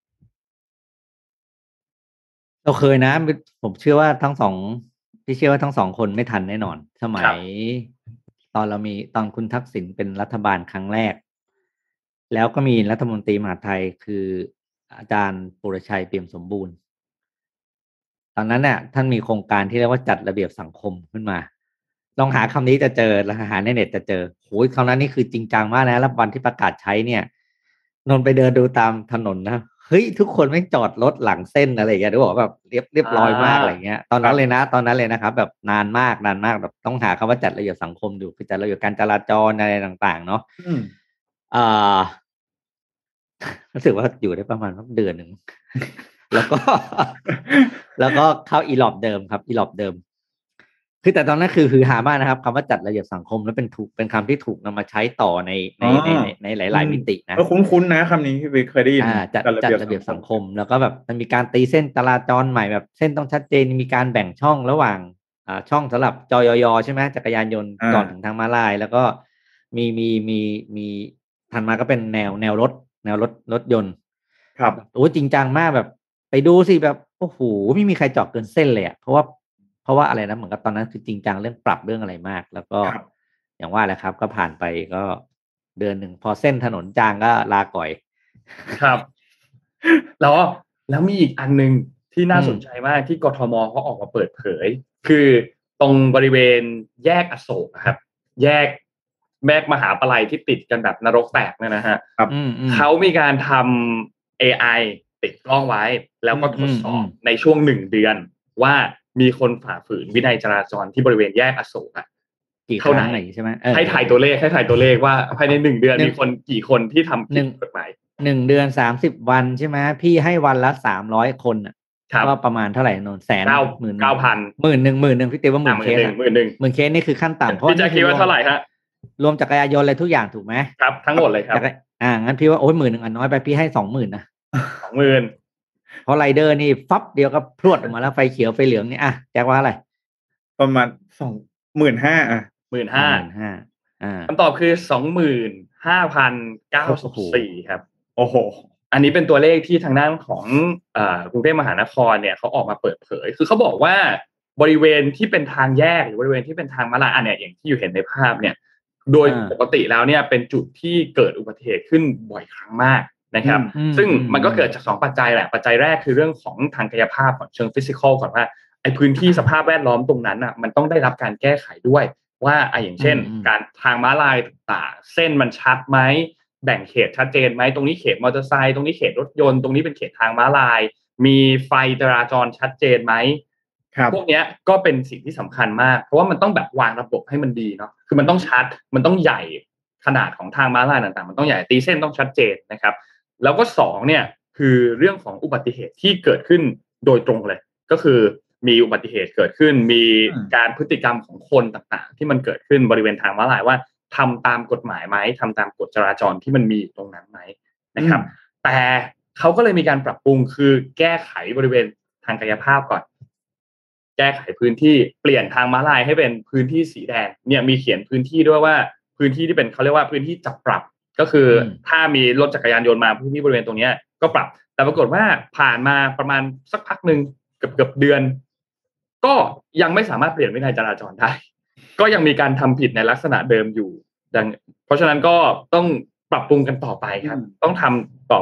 เราเคยนะผมเชื่อว่าทั้งสองที่เชื่อว่าทั้งสองคนไม่ทันแน่นอนสมัยตอนเรามีตอนคุณทักษิณเป็นรัฐบาลครั้งแรกแล้วก็มีรัฐมนตรีมหาดไทยคืออาจารย์ปุรชัยเปี่ยมสมบูรณ์ตอนนั้นน่ะท่านมีโครงการที่เรียกว่าจัดระเบียบสังคมขึ้นมาลองหาคำนี้จะเจอแล้วหาในเน็ตจะเจอโหยคำนั้นนี่คือจริงจังมากนะแล้ววันที่ประกาศใช้เนี่ยนนไปเดินดูตามถนนนะเฮ้ยทุกคนไม่จอดรถหลังเส้นอะไรอย่างเงี้ยดูบอกแบบเรียบเรียบร้อยมากอะไรเงี้ยตอนนั้นเลยนะตอนนั้นเลยนะครับแบบนานมากนานมากแบบต้องหาคำว่าจัดระเบียบสังคมดูคือจัดระเบียบการจราจรอะไรต่างๆเนาะอ่ารู้สึกว่าอยู่ได้ประมาณสักเดือนหนึ่งแล้วก็แล้วก็เข้าอีหลอบเดิมครับอีหลอบเดิมคือแต่ตอนนั้นคือคือหามากนะครับคำว่าจัดระเบียบสังคมแล้วเป็นถูกเป็นคำที่ถูกนำมาใช้ต่อในในในในหลายๆมิตินะก็คุ้นๆนะคำนี้พี่เคยได้ยินจัดจัดระเบียบสังคมแล้วก็แบบมันมีการตีเส้นจราจรใหม่แบบเส้นต้องชัดเจนมีการแบ่งช่องระหว่างอ่าช่องสำหรับจยยใช่ไหมจักรยานยนต์ก่อนถึงทางม้าลายแล้วก็มีมีมีมีถัดมาก็เป็นแนวแนวรถแนวรถรถยนต์ครับโอ้จริงจังมากแบบไปดูสิแบบโอ้โหไม่มีใครจอดเกินเส้นเลยอ่ะเพราะว่าเพราะว่าอะไรนะเหมือนกับตอนนั้นคือจริงจังเรื่องปรับเรื่องอะไรมากแล้วก็อย่างว่าแหละครับก็ผ่านไปก็เดือนหนึ่งพอเส้นถนนจางก็ลาก่อยครับแล้วแล้วมีอีกอันนึงที่น่าสนใจมากที่กทมเขาออกมาเปิดเผยคือตรงบริเวณแยกอโศกครับแยกแยกมหาปลัยที่ติดกันแบบนรกแตกเนี่ยนะฮะเขามีการทำ เอ ไอ ติดกล้องไว้แล้วก็ทดสอบในช่วงหนึ่งเดือนว่ามีคนฝ่าฝืนวินัยจราจรที่บริเวณแยกอโศกอ่ะเท่าไหร่ใช่ไหมให้ถ่ายตัวเลขให้ถ่ายตัวเลขว่าภายในหนึ่งเดือนมีคนกี่คนที่ทำผิดกฎหมายหนึ่งเดือนสามสิบวันใช่ไหมพี่ให้วันละสามร้อยคนอ่ะก็ประมาณเท่าไหร่นนแสนหมื่นเก้าพันหมื่นหนึ่งหมื่นหนึ่งพี่เต้ว่าหมื่นเคสหมื่นหนึ่งหมื่นเคสนี่คือขั้นต่ำเพราะพี่จะคิดว่าเท่าไหร่ฮะรวมจักรยานยนต์อะไรทุกอย่างถูกไหมครับทั้งหมดเลยครับอ่างั้นพี่ว่าโอ้ยหมื่นหนึ่งอันน้อยไปพี่ให้สองหมื่นนะสองหมื่นเพราะไรเดอร์นี่ฟับเดียวก็พรวดออกมาแล้วไฟเขียวไฟเหลืองนี่อ่ะแจ็คว่าอะไรประมาณสองหมื่นห้าอ่ะหมื่นห้าห้าอ่าคำตอบคือสองหมื่นห้าพันเก้าสิบสี่ครับโอ้โหอันนี้เป็นตัวเลขที่ทางด้านของอ่ากรุงเทพมหานครเนี่ยเขาออกมาเปิดเผยคือเขาบอกว่าบริเวณที่เป็นทางแยกหรือบริเวณที่เป็นทางม้าลายอันเนี่ยอย่างที่อยู่เห็นในภาพเนี่ยโดยปกติแล้วเนี่ยเป็นจุดที่เกิดอุบัติเหตุขึ้นบ่อยครั้งมากนะครับซึ่งมันก็เกิดจากสองปัจจัยแหละปัจจัยแรกคือเรื่องของทางกายภาพของเชิงฟิสิกอลก่อนว่าไอ้พื้นที่สภาพแวดล้อมตรงนั้นอ่ะมันต้องได้รับการแก้ไขด้วยว่าไอ้อย่างเช่นการทางม้าลายต่างๆเส้นมันชัดไหมแบ่งเขตชัดเจนไหมตรงนี้เขตมอเตอร์ไซค์ตรงนี้เขตรถยนต์ตรงนี้เป็นเขตทางม้าลายมีไฟจราจรชัดเจนไหมพวกนี้ก็เป็นสิ่งที่สำคัญมากเพราะว่ามันต้องแบบวางระบบให้มันดีเนาะคือมันต้องชัดมันต้องใหญ่ขนาดของทางม้าลายต่างๆมันต้องใหญ่ตีเส้นต้องชัดเจนนะครับแล้วก็สองเนี่ยคือเรื่องของอุบัติเหตุที่เกิดขึ้นโดยตรงเลยก็คือมีอุบัติเหตุเกิดขึ้นมีการพฤติกรรมของคนต่างๆที่มันเกิดขึ้นบริเวณทางม้าลายว่าทำตามกฎหมายไหมทำตามกฎจราจรที่มันมีตรงนั้นไหมนะครับแต่เขาก็เลยมีการปรับปรุงคือแก้ไขบริเวณทางกายภาพก่อนแก้ไขพื้นที่เปลี่ยนทางม้าลายให้เป็นพื้นที่สีแดงเนี่ยมีเขียนพื้นที่ด้วยว่าพื้นที่ที่เป็นเขาเรียกว่าพื้นที่จับปรับก็คือถ้ามีรถจักรยานยนต์มาพื้นที่บริเวณตรงนี้ก็ปรับแต่ปรากฏว่าผ่านมาประมาณสักพักนึงเกือบเกือบเดือนก็ยังไม่สามารถเปลี่ยนวินัยจราจรได้ก็ยังมีการทำผิดในลักษณะเดิมอยู่ดังเพราะฉะนั้นก็ต้องปรับปรุงกันต่อไปครับต้องทำต่อไป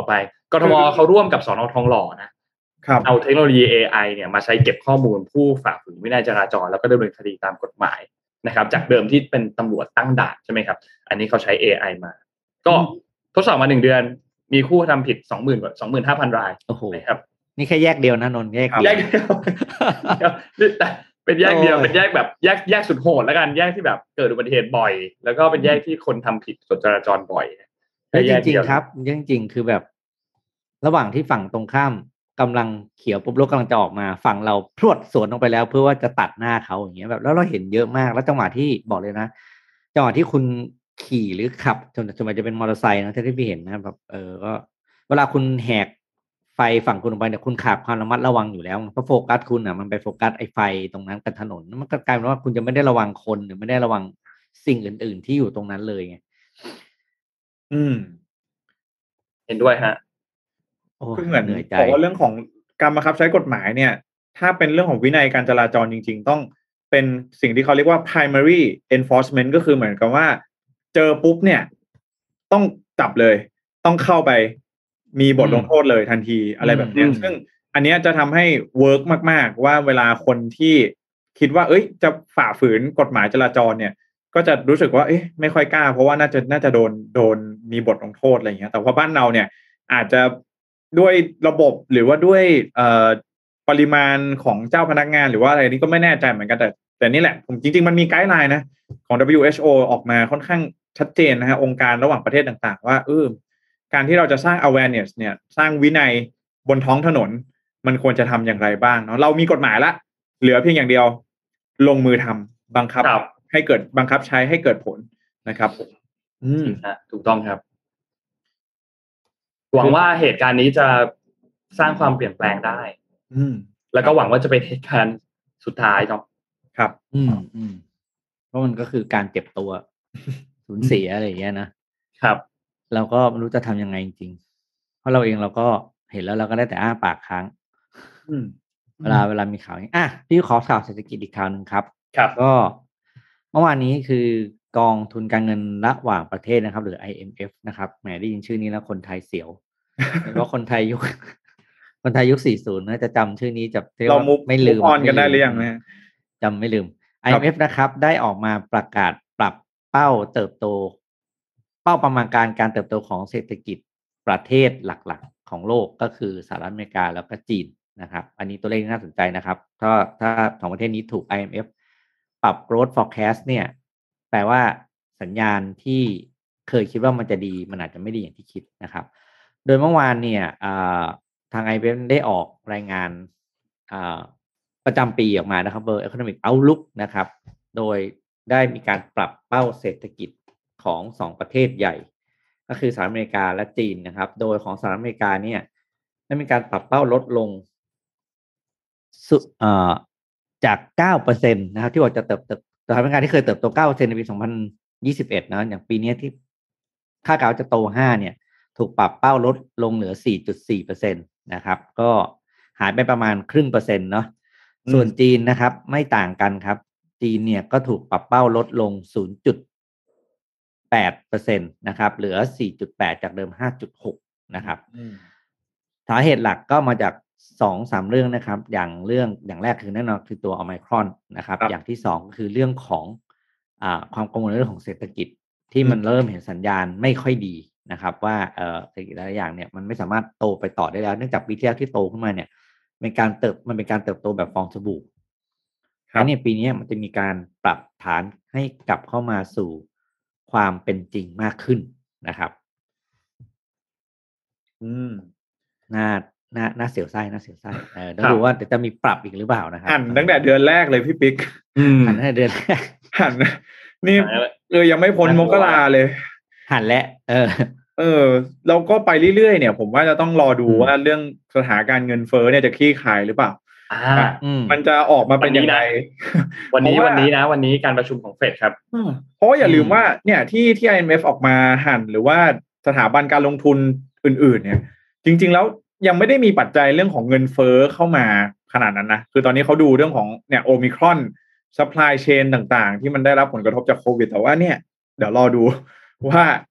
กทมเขาร่วมกับสน.ทองหล่อนะครับเอาเทคโนโลยี เอ ไอ เนี่ยมาใช้เก็บข้อมูลผู้ฝ่าฝืนวินัยจราจรแล้วก็ดำเนินคดีตามกฎหมายนะครับจากเดิมที่เป็นตำรวจตั้งด่านใช่ไหมครับอันนี้เขาใช้ เอ ไอ มาก็ทดสอบมาหนึ่งเดือนมีผู้ทำผิด สองหมื่น กว่า สองหมื่นห้าพัน รายนะครับนี่แค่แยกเดียวนะนนท์แยกเดียวแยกเดียวเป็นแยกเดียวเป็นแยกแบบแยกแยกสุดโหดแล้วกันแยกที่แบบเกิดอุบัติเหตุบ่อยแล้วก็เป็นแยกที่คนทำผิดกฎจราจรบ่อยจริงๆครับจริงๆคือแบบระหว่างที่ฝั่งตรงข้ามกำลังเขียวปุ๊บรถกำลังจะออกมาฝั่งเราพรวดสวนลงไปแล้วเพื่อว่าจะตัดหน้าเขาอย่างเงี้ยแบบแล้วเราเห็นเยอะมากแล้วจังหวะที่บอกเลยนะจังหวะที่คุณขี่หรือขับจนจนมันจะเป็นมอเตอร์ไซค์นะที่พี่เห็นนะแบบเออก็เวลาคุณแหกไฟฝั่งคุณลงไปเนี่ยคุณขาดความระมัดระวังอยู่แล้วเพราะโฟกัสคุณอ่ะมันไปโฟกัสไอ้ไฟตรงนั้นกับถนนมันก็กลายเป็นว่าคุณจะไม่ได้ระวังคนหรือไม่ได้ระวังสิ่งอื่นๆที่อยู่ตรงนั้นเลยไงอืมเห็นด้วยฮะคือเหมือนบอกว่าเรื่องของการบังคับใช้กฎหมายเนี่ยถ้าเป็นเรื่องของวินัยการจราจรจริงๆต้องเป็นสิ่งที่เขาเรียกว่า primary enforcement ก็คือเหมือนกับว่าเจอปุ๊บเนี่ยต้องจับเลยต้องเข้าไปมีบทลงโทษเลยทันทีอะไรแบบนี้ซึ่งอันนี้จะทำให้เวิร์กมากๆว่าเวลาคนที่คิดว่าเอ้ยจะฝ่าฝืนกฎหมายจราจรเนี่ยก็จะรู้สึกว่าเอ๊ะไม่ค่อยกล้าเพราะว่าน่าจะน่าจะโดนโดนมีบทลงโทษอะไรอย่างเงี้ยแต่ว่าบ้านเราเนี่ยอาจจะด้วยระบบหรือว่าด้วยเอ่อปริมาณของเจ้าพนักงานหรือว่าอะไรนี้ก็ไม่แน่ใจเหมือนกันแต่แต่นี่แหละผมจริงๆมันมีไกด์ไลน์นะของ ดับเบิลยู เอช โอ ออกมาค่อนข้างชัดเจนนะฮะองค์การระหว่างประเทศต่างๆว่าเออการที่เราจะสร้าง awareness เนี่ยสร้างวินัยบนท้องถนนมันควรจะทำอย่างไรบ้างเนาะเรามีกฎหมายละเหลือเพียงอย่างเดียวลงมือทำบังคับให้เกิดบังคับใช้ให้เกิดผลนะครับอืมถูกต้องครับหวังว่าเหตุการณ์นี้จะสร้างความเปลี่ยนแปลงได้อืมแล้วก็หวังว่าจะเป็นเหตุการณ์สุดท้ายเนาะครับอืมอืมเพราะมันก็คือการเจ็บตัวสูญเสียอะไรอย่างเงี้ยนะครับเราก็ไม่รู้จะทำยังไงจริงๆเพราะเราเองเราก็เห็นแล้วเราก็ได้แต่อ้าปากค้างเวลาเวลามีข่าวอ่ะพี่ขอข่าวเศรษฐกิจอีกข่าวนึงครับครับก็เมื่อวานนี้คือกองทุนการเงินระหว่างประเทศนะครับหรือ ไอ เอ็ม เอฟ นะครับแหมได้ยินชื่อนี้แล้วคนไทยเสียวแล้วก็คนไทยยุคคนไทยยุคสี่สิบนะจะจำชื่อนี้จะเราไม่ลืมออนกันได้หรือยังนะจำไม่ลืม ไอ เอ็ม เอฟ นะครับได้ออกมาประกาศปรับเป้าเติบโตเป้าประมาณการการเติบโตของเศรษฐกิจประเทศหลักๆของโลกก็คือสหรัฐอเมริกาแล้วก็จีนนะครับอันนี้ตัวเลขน่าสนใจนะครับถ้าถ้าสองประเทศนี้ถูก ไอ เอ็ม เอฟ ปรับ growth forecast เนี่ยแปลว่าสัญญาณที่เคยคิดว่ามันจะดีมันอาจจะไม่ดีอย่างที่คิดนะครับโดยเมื่อวานเนี่ยทาง ไอ เอ็ม เอฟ ได้ออกรายงานประจำปีออกมานะครับ World Economic Outlook นะครับโดยได้มีการปรับเป้าเศรษฐกิจของสองประเทศใหญ่ก็คือสหรัฐอเมริกาและจีนนะครับโดยของสหรัฐอเมริกาเนี่ยได้มีการปรับเป้าลดลงจาก เก้าเปอร์เซ็นต์ นะครับที่ว่าจะเติบโตสหรัฐอเมริกาที่เคยเติบโต เก้าเปอร์เซ็นต์ ในปีสองพันยี่สิบเอ็ดนะอย่างปีนี้ที่คาดการณ์จะโตห้าเนี่ยถูกปรับเป้าลดลงเหลือ สี่จุดสี่เปอร์เซ็นต์ นะครับก็หายไปประมาณครึ่งเปอร์เซ็นต์เนาะส่วนจีนนะครับไม่ต่างกันครับจีนเนี่ยก็ถูกปรับเป้าลดลง ศูนย์จุดแปดเปอร์เซ็นต์ นะครับเหลือ สี่จุดแปด จากเดิม ห้าจุดหก นะครับสาเหตุหลักก็มาจาก สองสาม เรื่องนะครับอย่างเรื่องอย่างแรกคือแน่นอนคือตัวโอไมครอนนะครับอย่างที่สองก็คือเรื่องของอ่าความกังวลเรื่องของเศรษฐกิจที่มันเริ่มเห็นสัญญาณไม่ค่อยดีนะครับว่าเอ่อเศรษฐกิจหลายอย่างเนี่ยมันไม่สามารถโตไปต่อได้แล้วเนื่องจากปีที่แล้วที่โตขึ้นมาเนี่ยเป็นการเติบมันเป็นการเติบโตแบบฟองสบู่แล้วเนี่ยปีนี้มันจะมีการปรับฐานให้กลับเข้ามาสู่ความเป็นจริงมากขึ้นนะครับอืมน่าน่าน่าเสียวไส้น่าเสียวไส้เออต้องดูว่าจะมีปรับอีกหรือเปล่านะครับหันตั้งแต่เดือนแรกเลยพี่ปิ๊กหันตั้งแต่เดือนแรกหันนี่เออยังไม่พ้นมกราเลยหันแล้วเออเออเราก็ไปเรื่อยๆเนี่ยผมว่าจะต้องรอดูว่าเรื่องสถานการณ์เงินเฟ้อเนี่ยจะคลี่คลายหรือเปล่าอ่ามันจะออกมาเป็นยังไงวันนี้วันนี้นะวันนี้การประชุมของเฟดครับเพราะอย่าลืมว่าเนี่ยที่ที่ ไอ เอ็ม เอฟ ออกมาหันหรือว่าสถาบันการลงทุนอื่นๆเนี่ยจริงๆแล้วยังไม่ได้มีปัจจัยเรื่องของเงินเฟ้อเข้ามาขนาดนั้นนะคือตอนนี้เขาดูเรื่องของเนี่ยโอมิครอนซัพพลายเชนต่างๆที่มันได้รับผลกระทบจากโควิดแต่ว่าเนี่ยเดี๋ยวรอดูว่า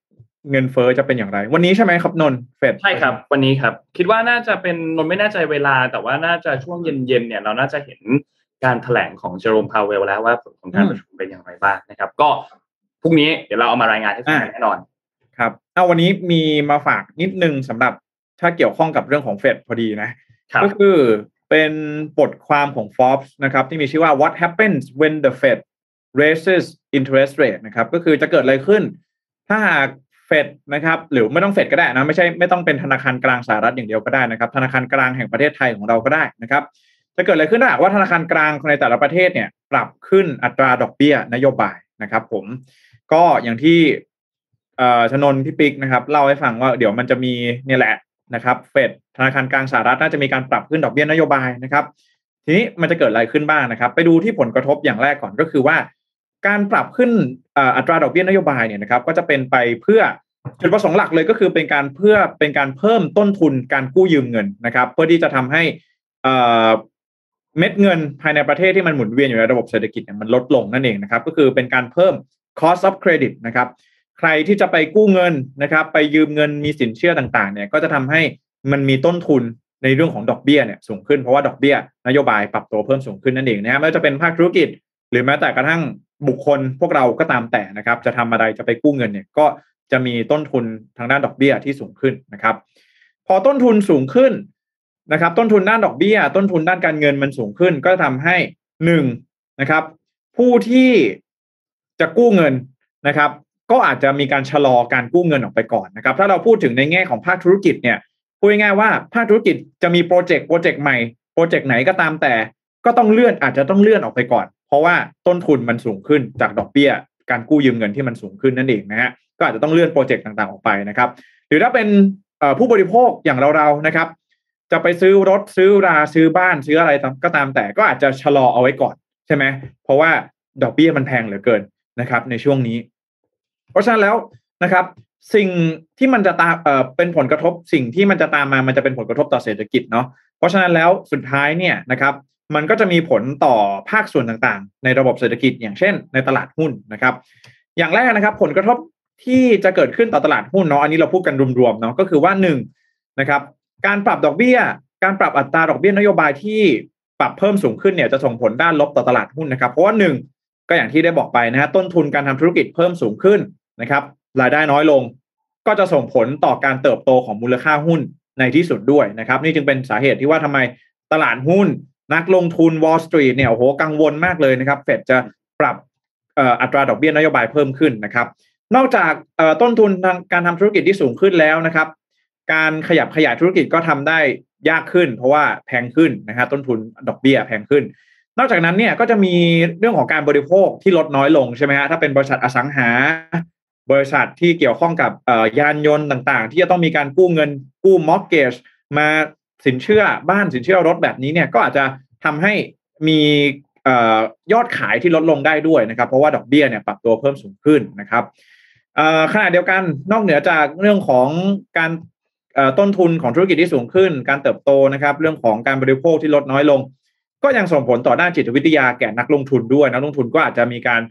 เงินเฟ้อจะเป็นอย่างไรวันนี้ใช่ไหมครับนนท์เฟดใช่ครับวันนี้ครับคิดว่าน่าจะเป็นนนไม่แน่ใจเวลาแต่ว่าน่าจะช่วงเย็นๆเนี่ยเราน่าจะเห็นการแถลงของเจอโรมพาวเวลแล้วว่าผลของการประชุมเป็นอย่างไรบ้างนะครับก็พรุ่งนี้เดี๋ยวเราเอามารายงานให้ฟังแน่นอนครับเอาวันนี้มีมาฝากนิดนึงสำหรับถ้าเกี่ยวข้องกับเรื่องของเฟดพอดีนะก็คือเป็นบทความของ Forbes นะครับที่มีชื่อว่า What happens when the Fed raises interest rate นะครับก็คือจะเกิดอะไรขึ้นถ้าหากเฟดนะครับหรือไม่ต้องเฟดก็ได้นะไม่ใช่ไม่ต้องเป็นธนาคารกลางสหรัฐอย่างเดียวก็ได้นะครับธนาคารกลางแห่งประเทศไทยของเราก็ได้นะครับจะเกิดอะไรขึ้นถ้าหากว่าธนาคารกลางในแต่ละประเทศเนี่ยปรับขึ้นอัตราดอกเบี้ยนโยบายนะครับผมก็อย่างที่เอ่อชนนพี่ปิ๊กนะครับเล่าให้ฟังว่าเดี๋ยวมันจะมีเนี่ยแหละนะครับเฟดธนาคารกลางสหรัฐน่าจะมีการปรับขึ้นดอกเบี้ยนโยบายนะครับทีนี้มันจะเกิดอะไรขึ้นบ้างนะครับไปดูที่ผลกระทบอย่างแรกก่อนก็คือว่าการปรับขึ้นอัตราดอกเบี้ยนโยบายเนี่ยนะครับก็จะเป็นไปเพื่อจุดประสงค์หลักเลยก็คือเป็นการเพื่อเป็นการเพิ่มต้นทุนการกู้ยืมเงินนะครับเพื่อที่จะทำให้เม็ดเงินภายในประเทศที่มันหมุนเวียนอยู่ในระบบเศรษฐกิจเนี่ยมันลดลงนั่นเองนะครับก็คือเป็นการเพิ่ม cost of credit นะครับใครที่จะไปกู้เงินนะครับไปยืมเงินมีสินเชื่อต่างๆเนี่ยก็จะทำให้มันมีต้นทุนในเรื่องของดอกเบี้ยเนี่ยสูงขึ้นเพราะว่าดอกเบี้ยนโยบายปรับตัวเพิ่มสูงขึ้นนั่นเองนะครับไม่ว่าจะเป็นภาคธุรกิจหรือแม้แต่กระทั่งบุคคลพวกเราก็ตามแต่นะครับจะทำอะไรจะไปกู้เงินเนี่ยก็จะมีต้นทุนทางด้านดอกเบี้ยที่สูงขึ้นนะครับพอต้นทุนสูงขึ้นนะครับต้นทุนด้านดอกเบี้ยต้นทุนด้านการเงินมันสูงขึ้นก็จะทำให้หนึ่งนะครับผู้ที่จะกู้เงินนะครับก็อาจจะมีการชะลอการกู้เงินออกไปก่อนนะครับถ้าเราพูดถึงในแง่ของภาคธุรกิจเนี่ยพูดง่ายๆว่าภาคธุรกิจจะมีโปรเจกต์โปรเจกต์ใหม่โปรเจกต์ไหนก็ตามแต่ก็ต้องเลื่อนอาจจะต้องเลื่อนออกไปก่อนเพราะว่าต้นทุนมันสูงขึ้นจากดอกเบี้ยการกู้ยืมเงินที่มันสูงขึ้นนั่นเองนะฮะก็อาจจะต้องเลื่อนโปรเจกต์ต่างๆออกไปนะครับหรือถ้าเป็นผู้บริโภคอย่างเราๆนะครับจะไปซื้อรถซื้อราซื้อบ้านซื้ออะไรก็ตามแต่ก็อาจจะชะลอเอาไว้ก่อนใช่ไหมเพราะว่าดอกเบี้ยมันแพงเหลือเกินนะครับในช่วงนี้เพราะฉะนั้นแล้วนะครับสิ่งที่มันจะตามเอ่อเป็นผลกระทบสิ่งที่มันจะตามมามันจะเป็นผลกระทบต่อเศรษฐกิจเนาะเพราะฉะนั้นแล้วสุดท้ายเนี่ยนะครับมันก็จะมีผลต่อภาคส่วนต่างๆในระบบเศรษฐกิจอย่างเช่นในตลาดหุ้นนะครับอย่างแรกนะครับผลกระทบที่จะเกิดขึ้นต่อตลาดหุ้นเนาะอันนี้เราพูดกันรวมๆเนาะก็คือว่าหนึ่งนะครับการปรับดอกเบี้ยการปรับอัตราดอกเบี้ยนโยบายที่ปรับเพิ่มสูงขึ้นเนี่ยจะส่งผลด้านลบต่อตลาดหุ้นนะครับเพราะว่าหนึ่งก็อย่างที่ได้บอกไปนะฮะต้นทุนการทำธุรกิจเพิ่มสูงขึ้นนะครับรายได้น้อยลงก็จะส่งผลต่อการเติบโตของมูลค่าหุ้นในที่สุดด้วยนะครับนี่จึงเป็นสาเหตุที่ว่าทำไมตลาดหุ้นนักลงทุน Wall Street เนี่ยโอ้โหกังวลมากเลยนะครับเฟดจะปรับอัตราดอกเบี้ยนโยบายเพิ่มขึ้นนะครับนอกจากต้นทุนทางการทำธุรกิจที่สูงขึ้นแล้วนะครับการขยับขยายธุรกิจก็ทำได้ยากขึ้นเพราะว่าแพงขึ้นนะฮะต้นทุนดอกเบี้ยแพงขึ้นนอกจากนั้นเนี่ยก็จะมีเรื่องของการบริโภคที่ลดน้อยลงใช่ไหมฮะถ้าเป็นบริษัทอสังหาบริษัทที่เกี่ยวข้องกับยานยนต์ต่างๆที่จะต้องมีการกู้เงินกู้มอร์เกจมาสินเชื่อบ้านสินเชื่อรถแบบนี้เนี่ยก็อาจจะทำให้มียอดขายที่ลดลงได้ด้วยนะครับเพราะว่าดอกเบี้ยเนี่ยปรับตัวเพิ่มสูงขึ้นนะครับขณะเดียวกันนอกเหนือจากเรื่องของการต้นทุนของธุรกิจที่สูงขึ้นการเติบโตนะครับเรื่องของการบริโภคที่ลดน้อยลงก็ยังส่งผลต่อด้านจิตวิทยาแก่นักลงทุนด้วยนักลงทุนก็อาจจะมีการ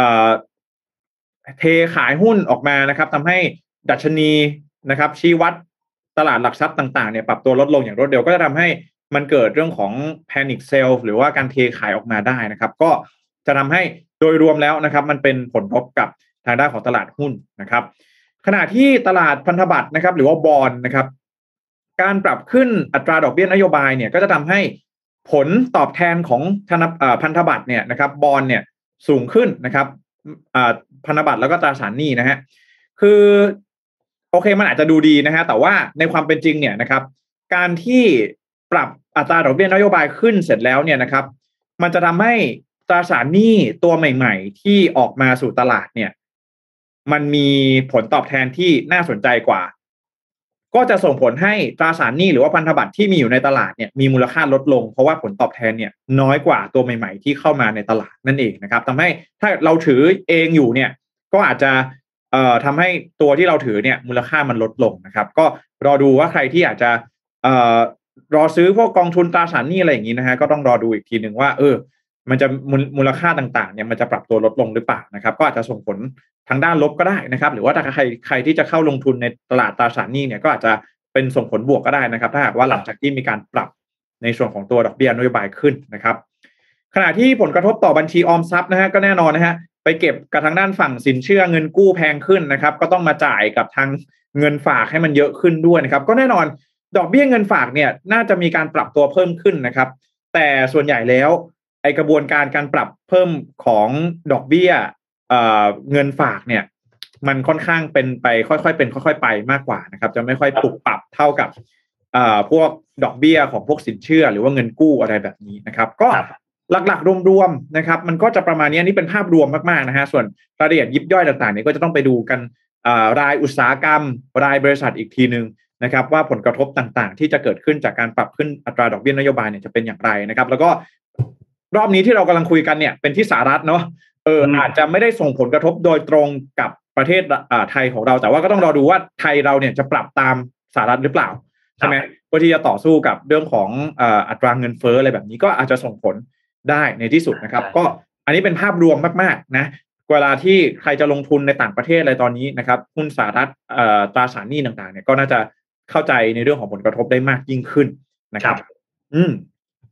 เทขายหุ้นออกมานะครับทำให้ดัชนีนะครับชี้วัดตลาดหลักทรัพย์ต่างๆเนี่ยปรับตัวลดลงอย่างรวดเร็วก็จะทำให้มันเกิดเรื่องของ panic sell หรือว่าการเทขายออกมาได้นะครับก็จะทำให้โดยรวมแล้วนะครับมันเป็นผลกระทบกับทางด้านของตลาดหุ้นนะครับขณะที่ตลาดพันธบัตรนะครับหรือว่าบอนด์นะครับการปรับขึ้นอัตราดอกเบี้ยนโยบายเนี่ยก็จะทำให้ผลตอบแทนของพันธบัตรเนี่ยนะครับบอนด์เนี่ยสูงขึ้นนะครับพันธบัตรแล้วก็ตราสารหนี้นะฮะคือโอเคมันอาจจะดูดีนะฮะแต่ว่าในความเป็นจริงเนี่ยนะครับการที่ปรับอัตราดอกเบี้ยนโยบายขึ้นเสร็จแล้วเนี่ยนะครับมันจะทำให้ตราสารหนี้ตัวใหม่ๆที่ออกมาสู่ตลาดเนี่ยมันมีผลตอบแทนที่น่าสนใจกว่าก็จะส่งผลให้ตราสารหนี้หรือว่าพันธบัตรที่มีอยู่ในตลาดเนี่ยมีมูลค่าลดลงเพราะว่าผลตอบแทนเนี่ยน้อยกว่าตัวใหม่ๆที่เข้ามาในตลาดนั่นเองนะครับทำให้ถ้าเราถือเองอยู่เนี่ยก็อาจจะเอ่อทำให้ตัวที่เราถือเนี่ยมูลค่ามันลดลงนะครับก็รอดูว่าใครที่อาจจะเอ่อรอซื้อพวกกองทุนตราสารหนี้อะไรอย่างนี้นะฮะก็ต้องรอดูอีกทีหนึ่งว่าเออมันจะมูลค่าต่างๆเนี่ยมันจะปรับตัวลดลงหรือเปล่านะครับก็อาจจะส่งผลทางด้านลบก็ได้นะครับหรือว่าถ้าใครใครที่จะเข้าลงทุนในตลาดตราสารหนี้เนี่ยก็อาจจะเป็นส่งผลบวกก็ได้นะครับถ้าหากว่าหลังจากที่มีการปรับในส่วนของตัวดอกเบี้ยนโยบายขึ้นนะครับขณะที่ผลกระทบต่อบัญชีออมทรัพย์นะฮะก็แน่นอนนะฮะไปเก็บกับทางด้านฝั่งสินเชื่อเงินกู้แพงขึ้นนะครับก็ต้องมาจ่ายกับทางเงินฝากให้มันเยอะขึ้นด้วยนะครับก็แน่นอนดอกเบี้ยเงินฝากเนี่ยน่าจะมีการปรับตัวเพิ่มขึ้นนะครับแต่ส่วนใหญ่แล้วไอกระบวนการการปรับเพิ่มของดอกเบี้ยเอ่อเงินฝากเนี่ยมันค่อนข้างเป็นไปค่อยๆเป็นค่อยๆไปมากกว่านะครับจะไม่ค่อยปรับปรับเท่ากับเอ่อพวกดอกเบี้ยของพวกสินเชื่อหรือว่าเงินกู้อะไรแบบนี้นะครับก็หลักๆรวมๆนะครับมันก็จะประมาณนี้นี่เป็นภาพรวมมากๆนะฮะส่วนรายละเอียดยิบย่อยต่างๆเนี่ยก็จะต้องไปดูกันรายอุตสาหกรรมรายบริษัทอีกทีนึงนะครับว่าผลกระทบต่างๆที่จะเกิดขึ้นจากการปรับขึ้นอัตราดอกเบี้ยนโยบายเนี่ยจะเป็นอย่างไรนะครับแล้วก็รอบนี้ที่เรากำลังคุยกันเนี่ยเป็นที่สหรัฐเนาะเอออาจจะไม่ได้ส่งผลกระทบโดยตรงกับประเทศไทยของเราแต่ว่าก็ต้องรอดูว่าไทยเราเนี่ยจะปรับตามสหรัฐหรือเปล่าใช่ไหมเพื่อที่จะต่อสู้กับเรื่องของอัตราเงินเฟ้ออะไรแบบนี้ก็อาจจะส่งผลได้ในที่สุดนะครับก็อันนี้เป็นภาพรวมมากๆนะเวลาที่ใครจะลงทุนในต่างประเทศอะไรตอนนี้นะครับหุ้นสหรัฐตราสารหนี้ต่างๆเนี่ยก็น่าจะเข้าใจในเรื่องของผลกระทบได้มากยิ่งขึ้นนะครับอืม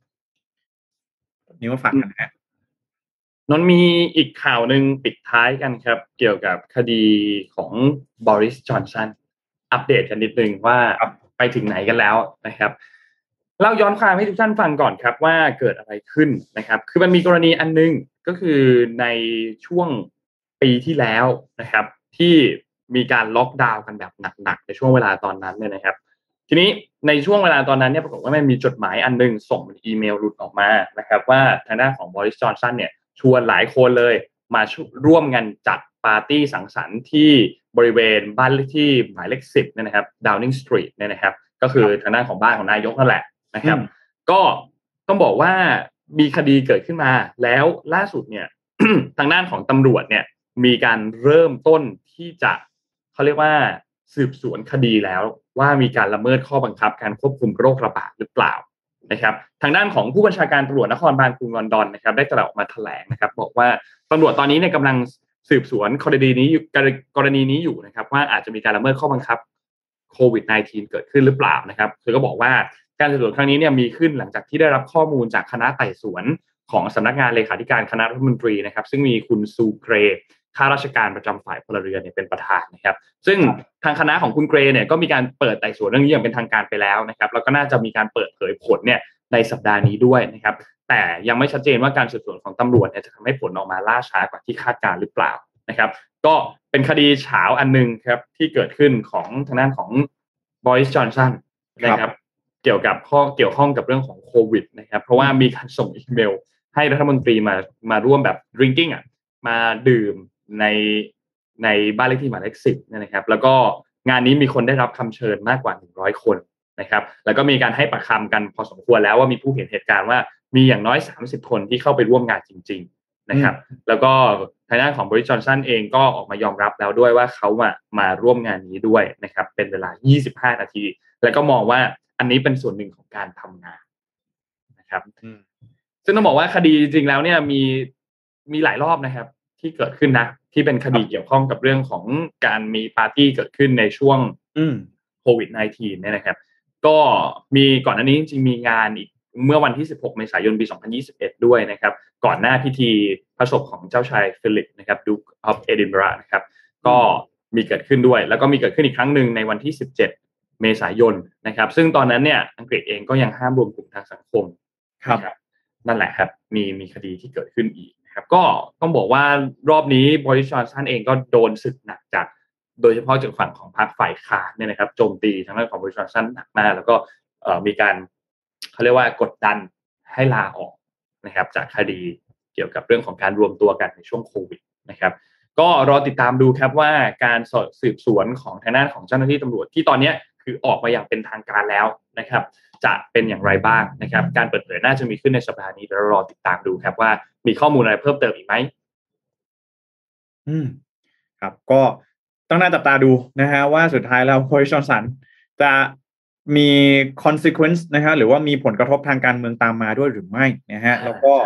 นี่มาฝากกันนะนนมีอีกข่าวหนึ่งปิดท้ายกันครับเกี่ยวกับคดีของบริส จอนสันอัปเดตกันนิดนึงว่าไปถึงไหนกันแล้วนะครับเล่าย้อนความให้ทุกท่านฟังก่อนครับว่าเกิดอะไรขึ้นนะครับคือมันมีกรณีอันนึงก็คือในช่วงปีที่แล้วนะครับที่มีการล็อกดาวน์กันแบบหนักๆในช่วงเวลาตอนนั้นเนี่ยนะครับทีนี้ในช่วงเวลาตอนนั้นเนี่ยปรากฏว่ามันมีจดหมายอันนึงส่งอีเมลหลุดออกมานะครับว่าทางด้านของบริส จอนสันเนี่ยชวนหลายคนเลยมาร่วมกันจัดปาร์ตี้สังสรรค์ที่บริเวณบ้านเลขที่หมายเลขสิบเนี่ยนะครับ Downing Street เนี่ยนะครับก็คือทางด้านของบ้านของนายกนั่นแหละนะครับก็ต้องบอกว่ามีคดีเกิดขึ้นมาแล้วล่าสุดเนี่ย ทางด้านของตำรวจเนี่ยมีการเริ่มต้นที่จะเขาเรียกว่าสืบสวนคดีแล้วว่ามีการละเมิดข้อบังคับการควบคุมโรคระบาดหรือเปล่านะครับทางด้านของผู้บัญชาการตำรวจนครบาลกรุงลอนดอนนะครับได้กล่าวออกมาแถลงนะครับบอกว่าตำรวจตอนนี้เนี่ยกำลังสืบสวนกรณีนี้กรณีนี้อยู่นะครับว่าอาจจะมีการละเมิดข้อบังคับโควิด สิบเก้า เกิดขึ้นหรือเปล่านะครับคือก็บอกว่าการสืบสวนครั้งนี้เนี่ยมีขึ้นหลังจากที่ได้รับข้อมูลจากคณะไต่สวนของสำนักงานเลขาธิการคณะรัฐมนตรีนะครับซึ่งมีคุณซูเกรข้าราชการประจำฝ่ายพลเรือนเนี่ยเป็นประธานนะครับซึ่งทางคณะของคุณเกรเนี่ยก็มีการเปิดไต่สวนเรื่องนี้อย่างเป็นทางการไปแล้วนะครับแล้วก็น่าจะมีการเปิดเผยผลเนี่ยในสัปดาห์นี้ด้วยนะครับแต่ยังไม่ชัดเจนว่าการสืบสวนของตำรวจเนี่ยจะทำให้ผลออกมาล่าช้ากว่าที่คาดการหรือเปล่านะครับก็เป็นคดีเฉาอันนึงครับที่เกิดขึ้นของทางด้านของบริส จอนสันนะครับเกี่ยวกับข้อเกี่ยวข้องกับเรื่องของโควิดนะครับเพราะว่ามีการส่งอีเมลให้รัฐมนตรีมามาร่วมแบบ drinking อ่ะมาดื่มในในบ้านเลขที่หมายเลขสิบนะครับแล้วก็งานนี้มีคนได้รับคำเชิญมากกว่าหนึ่งร้อยคนนะครับแล้วก็มีการให้ปากคำกันพอสมควรแล้วว่ามีผู้เห็นเหตุการณ์ว่ามีอย่างน้อยสามสิบคนที่เข้าไปร่วมงานจริงๆนะครับแล้วก็ทางด้านของบริส จอนสันเองก็ออกมายอมรับแล้วด้วยว่าเขามามาร่วมงานนี้ด้วยนะครับเป็นเวลายี่สิบห้านาทีแล้วก็มองว่าอันนี้เป็นส่วนหนึ่งของการทำงานนะครับซึ่งต้องบอกว่าคดีจริงๆแล้วเนี่ยมีมีหลายรอบนะครับที่เกิดขึ้นนะที่เป็นคดีเกี่ยวข้องกับเรื่องของการมีปาร์ตี้เกิดขึ้นในช่วงโควิด สิบเก้า เนี่ยนะครับก็มีก่อนหน้านี้จริงๆมีงานอีกเมื่อวันที่สิบหกเมษายนปีสองพันยี่สิบเอ็ดด้วยนะครับก่อนหน้าพิธีพระศพของเจ้าชายฟิลิปนะครับ Duke of Edinburgh นะครับก็มีเกิดขึ้นด้วยแล้วก็มีเกิดขึ้นอีกครั้งนึงในวันที่สิบเจ็ดเมษายนนะครับซึ่งตอนนั้นเนี่ยอังกฤษเองก็ยังห้ามรวมกลุ่มทางสังคมครับนั่นแหละครับมีมีคดีที่เกิดขึ้นอีกนะครับก็ต้องบอกว่ารอบนี้บริส จอนสันเองก็โดนสึกหนักจากโดยเฉพาะจากฝั่งของพรรคฝ่ายค้านเนี่ยนะครับโจมตีทางด้านของบริส จอนสันหนักมากแล้วก็เอ่อมีการเขาเรียกว่ากดดันให้ลาออกนะครับจากคดีเกี่ยวกับเรื่องของการรวมตัวกันในช่วงโควิดนะครับก็รอติดตามดูครับว่าการสืบสวนของทางด้านของเจ้าหน้าที่ตำรวจที่ตอนนี้คือออกมาอย่างเป็นทางการแล้วนะครับจะเป็นอย่างไรบ้างนะครับการเปิดเผยน่าจะมีขึ้นในสัปดาห์นี้เดี๋ยวรอติดตามดูครับว่ามีข้อมูลอะไรเพิ่มเติมอีกไหมอืมครับก็ต้องน่าจับตาดูนะฮะว่าสุดท้ายแล้วบริส จอนสันจะมี consequence นะฮะหรือว่ามีผลกระทบทางการเมืองตามมาด้วยหรือไม่นะฮะแล้วก็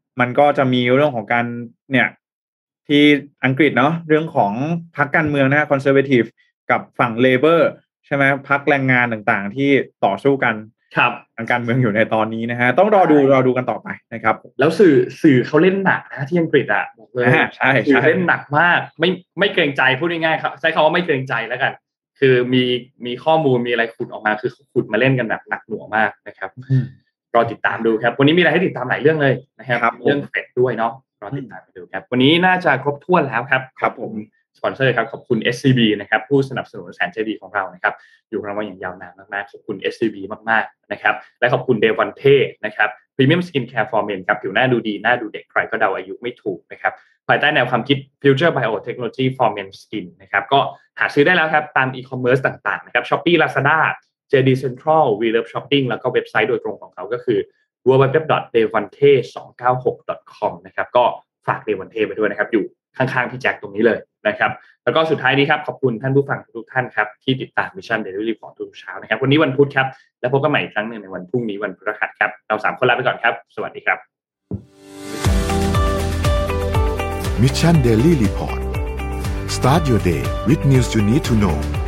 มันก็จะมีเรื่องของการเนี่ยที่อังกฤษเนาะเรื่องของพรรคการเมืองนะฮะ Conservative กับฝั่ง Labour ใช่ไหมพรรคแรงงานต่างๆที่ต่อสู้กันครับทางการเมืองอยู่ในตอนนี้นะฮะต้องรอดูรอดูกันต่อไปนะครับแล้วสื่อสื่อเขาเล่นหนักนะที่อังกฤษอ่ะบอกเลยใช่สื่อเล่นหนักมากไม่ไม่เกรงใจพูดง่ายๆครับใช้คำว่าไม่เกรงใจแล้วกันคือมีมีข้อมูลมีอะไรขุดออกมาคือขุดมาเล่นกันแบบหนักหน่วงมากนะครับรอติดตามดูครับวันนี้มีอะไรให้ติดตามหลายเรื่องเลยนะครับเรื่องเฟดด้วยเนาะรอติดตามดูครับวันนี้น่าจะครบถ้วนแล้วครับครับผมสปอนเซอร์ครับขอบคุณ เอส ซี บี นะครับผู้สนับสนุนแสนใจดีของเรานะครับอยู่กับเรามาอย่างยาวนานมากๆขอบคุณ เอส ซี บี มากๆนะครับและขอบคุณ Devante นะครับ Premium Skin Care for Men ครับผิวหน้าดูดีหน้าดูเด็กใครก็เดาอายุไม่ถูกนะครับภายใต้แนวความคิด Future Biotechnology for Men Skin นะครับก็หาซื้อได้แล้วครับตามอีคอมเมิร์ซต่างๆนะครับ Shopee Lazada เจ ดี Central We Love Shopping แล้วก็เว็บไซต์โดยตรงของเขาก็คือ ดับเบิลยู ดับเบิลยู ดับเบิลยู ดอท เดวันเท สองเก้าหก ดอท คอม นะครับก็ฝาก Devante ไปด้วยนะครับอยู่ข้างๆพี่แจ็คตรงนี้เลยนะครับแล้วก็สุดท้ายนี้ครับขอบคุณท่านผู้ฟังทุกท่านครับที่ติดตาม Mission Daily Report ทุกเช้านะครับวันนี้วันพุธครับแล้วพบกันใหม่อีกครั้งนึงในวันพรุ่งนี้วันพฤหัสครับเราสามคนลาไปก่อนครับสวัสดีครับ Mission Daily Report Start your day with news you need to know